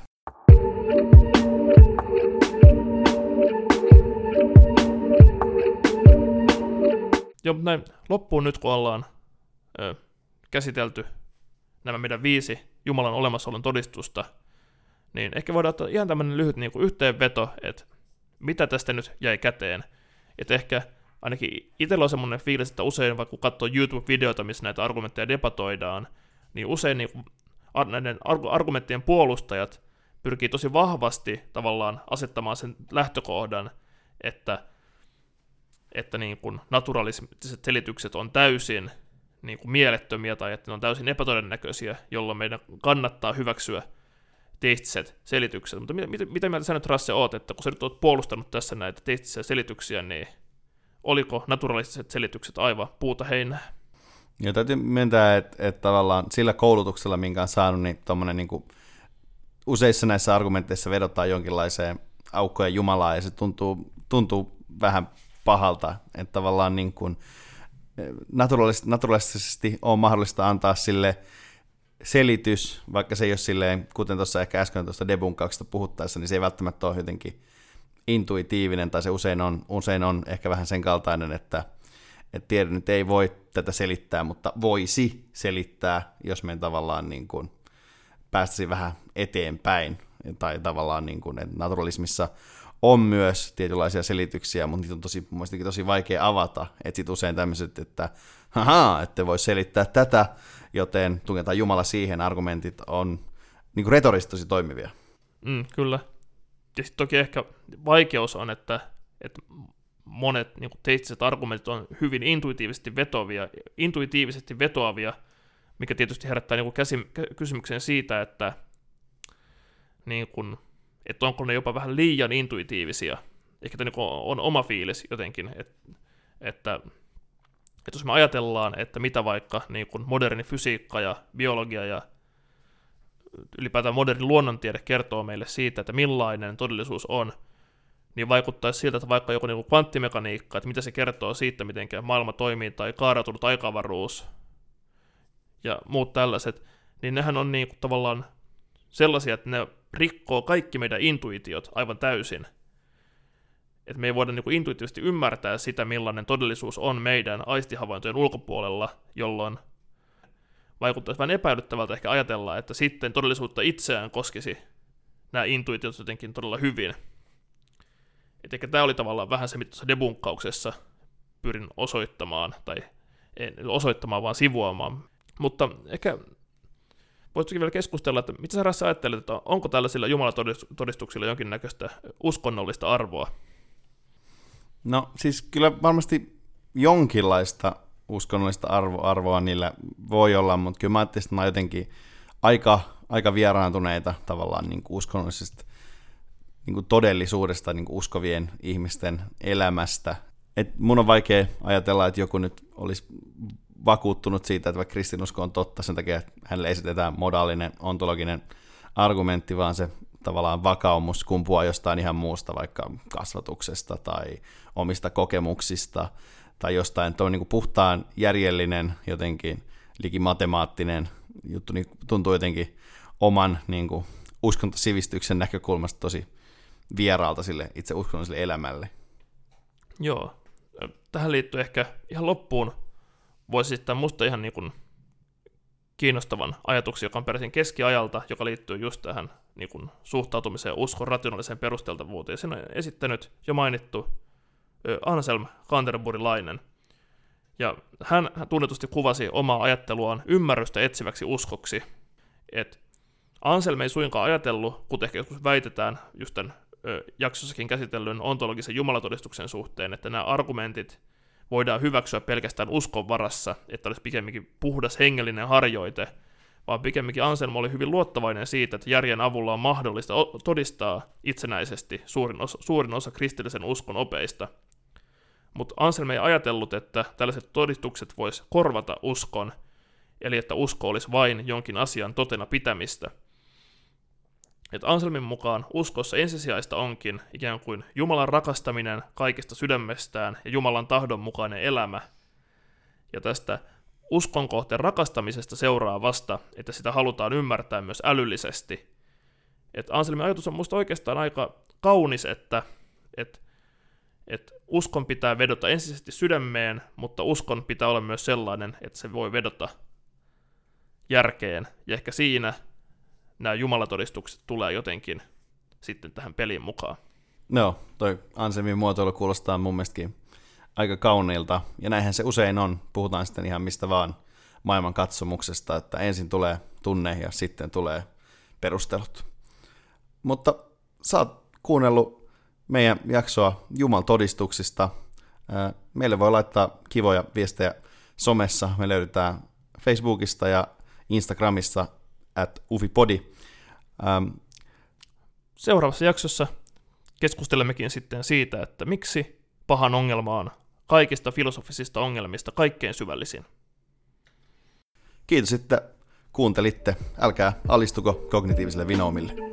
Joo, mutta näin loppuun nyt, kun ollaan käsitelty nämä meidän 5 Jumalan olemassaolon todistusta, niin ehkä voidaan ottaa ihan tämmöinen lyhyt niin kuin yhteenveto, että mitä tästä nyt jäi käteen. Että ehkä ainakin itsellä on semmoinen fiilis, että usein vaikka kun katsoo YouTube-videoita, missä näitä argumentteja debatoidaan, niin usein niin kuin näiden argumenttien puolustajat pyrkii tosi vahvasti tavallaan asettamaan sen lähtökohdan, että niin kuin naturalistiset selitykset on täysin niin kuin mielettömiä tai että ne on täysin epätodennäköisiä, jolloin meidän kannattaa hyväksyä teistiset selitykset. Mutta mitä mieltä sä nyt, Rasse, oot, että kun sä nyt oot puolustanut tässä näitä teistisiä selityksiä, niin oliko naturalistiset selitykset aivan puuta heinää? Ja täytyy myöntää, että tavallaan sillä koulutuksella, minkä on saanut, niin tuommoinen niin kuin useissa näissä argumenteissa vedotaan jonkinlaiseen aukkojen Jumalaan, ja se tuntuu vähän pahalta, että tavallaan niin kuin naturalistisesti on mahdollista antaa sille selitys, vaikka se ei ole silleen, kuten tuossa ehkä äsken tuosta debunkkauksesta puhuttaessa, niin se ei välttämättä ole jotenkin intuitiivinen, tai se usein on ehkä vähän sen kaltainen, että tiede nyt ei voi tätä selittää, mutta voisi selittää, jos me tavallaan niin kuin päästäisiin vähän eteenpäin, tai tavallaan niin kuin, että naturalismissa on myös tietynlaisia selityksiä, mutta niitä on tosi vaikea avata, että sitten usein tämmöiset, että ette voi selittää tätä, joten tungetaan Jumala siihen, argumentit on niin kuin retorisesti tosi toimivia. Kyllä. Ja sitten toki ehkä vaikeus on, että monet niin kuin teistiset argumentit on hyvin intuitiivisesti vetoavia, mikä tietysti herättää niin kuin kysymyksen siitä, että onko ne jopa vähän liian intuitiivisia. Ehkä tämä on oma fiilis jotenkin, että jos me ajatellaan, että mitä vaikka niin kuin moderni fysiikka ja biologia ja ylipäätään moderni luonnontiede kertoo meille siitä, että millainen todellisuus on, niin vaikuttaisi siltä, että vaikka joku niin kuin kvanttimekaniikka, että mitä se kertoo siitä, miten maailma toimii, tai kaarautunut aikaavaruus ja muut tällaiset, niin nehän on niin kuin tavallaan sellaisia, että ne rikkoo kaikki meidän intuitiot aivan täysin. Että me ei voida niin kuin intuitiivisesti ymmärtää sitä, millainen todellisuus on meidän aistihavaintojen ulkopuolella, jolloin vaikuttaisi vähän epäilyttävältä ehkä ajatella, että sitten todellisuutta itseään koskisi nämä intuitiot jotenkin todella hyvin. Et ehkä tämä oli tavallaan vähän se, mitä tuossa debunkkauksessa pyrin osoittamaan, tai en osoittamaan, vaan sivuamaan. Mutta ehkä voisitko vielä keskustella, että mitä sä Rassi ajattelet, että onko tällaisilla jumalatodistuksilla jonkinnäköistä uskonnollista arvoa? No siis kyllä varmasti jonkinlaista uskonnollista arvoa niillä voi olla, mutta kyllä mä ajattelin, että mä jotenkin aika vieraantuneita tavallaan niin kuin uskonnollisesta niin kuin todellisuudesta, niin kuin uskovien ihmisten elämästä. Et mun on vaikea ajatella, että joku nyt olisi vakuuttunut siitä, että vaikka kristinusko on totta sen takia, että hänelle esitetään moraalinen, ontologinen argumentti, vaan se tavallaan vakaumus kumpuaa jostain ihan muusta, vaikka kasvatuksesta tai omista kokemuksista tai jostain niin kuin puhtaan järjellinen, jotenkin liki matemaattinen juttu, niin tuntuu jotenkin oman niin kuin uskontosivistyksen näkökulmasta tosi vieraalta sille itse uskonnolliselle elämälle. Joo, tähän liittyy ehkä ihan loppuun voisi esittää musta ihan niin kuin kiinnostavan ajatuksen, joka on peräisin keskiajalta, joka liittyy just tähän niin kuin suhtautumiseen uskon rationaaliseen perusteltavuuteen. Sen on esittänyt jo mainittu Anselm Canterburylainen. Ja hän tunnetusti kuvasi omaa ajatteluaan ymmärrystä etsiväksi uskoksi. Et Anselm ei suinkaan ajatellut, kuten ehkä joskus väitetään just tämän jaksossakin käsitellyn ontologisen jumalatodistuksen suhteen, että nämä argumentit voidaan hyväksyä pelkästään uskon varassa, että olisi pikemminkin puhdas hengellinen harjoite, vaan pikemminkin Anselm oli hyvin luottavainen siitä, että järjen avulla on mahdollista todistaa itsenäisesti suurin osa kristillisen uskon opeista. Mutta Anselm ei ajatellut, että tällaiset todistukset vois korvata uskon, eli että usko olisi vain jonkin asian totena pitämistä. Et Anselmin mukaan uskossa ensisijaista onkin ikään kuin Jumalan rakastaminen kaikista sydämestään ja Jumalan tahdon mukainen elämä. Ja tästä uskon kohteen rakastamisesta seuraa vasta, että sitä halutaan ymmärtää myös älyllisesti. Et Anselmin ajatus on musta oikeastaan aika kaunis, että uskon pitää vedota ensisijaisesti sydämeen, mutta uskon pitää olla myös sellainen, että se voi vedota järkeen. Ja ehkä siinä nämä jumalatodistukset tulee jotenkin sitten tähän peliin mukaan. No, toi Anselmin muotoilu kuulostaa mun mielestäkin aika kauniilta, ja näinhän se usein on. Puhutaan sitten ihan mistä vaan maailman katsomuksesta, että ensin tulee tunne ja sitten tulee perustelut. Mutta sä oot kuunnellut meidän jaksoa Jumalatodistuksista. Meille voi laittaa kivoja viestejä somessa. Me löydetään Facebookista ja Instagramissa @ufipodi. Seuraavassa jaksossa keskustelemmekin sitten siitä, että miksi pahan ongelma on kaikista filosofisista ongelmista kaikkein syvällisin. Kiitos, että kuuntelitte. Älkää alistuko kognitiiviselle vinoomille.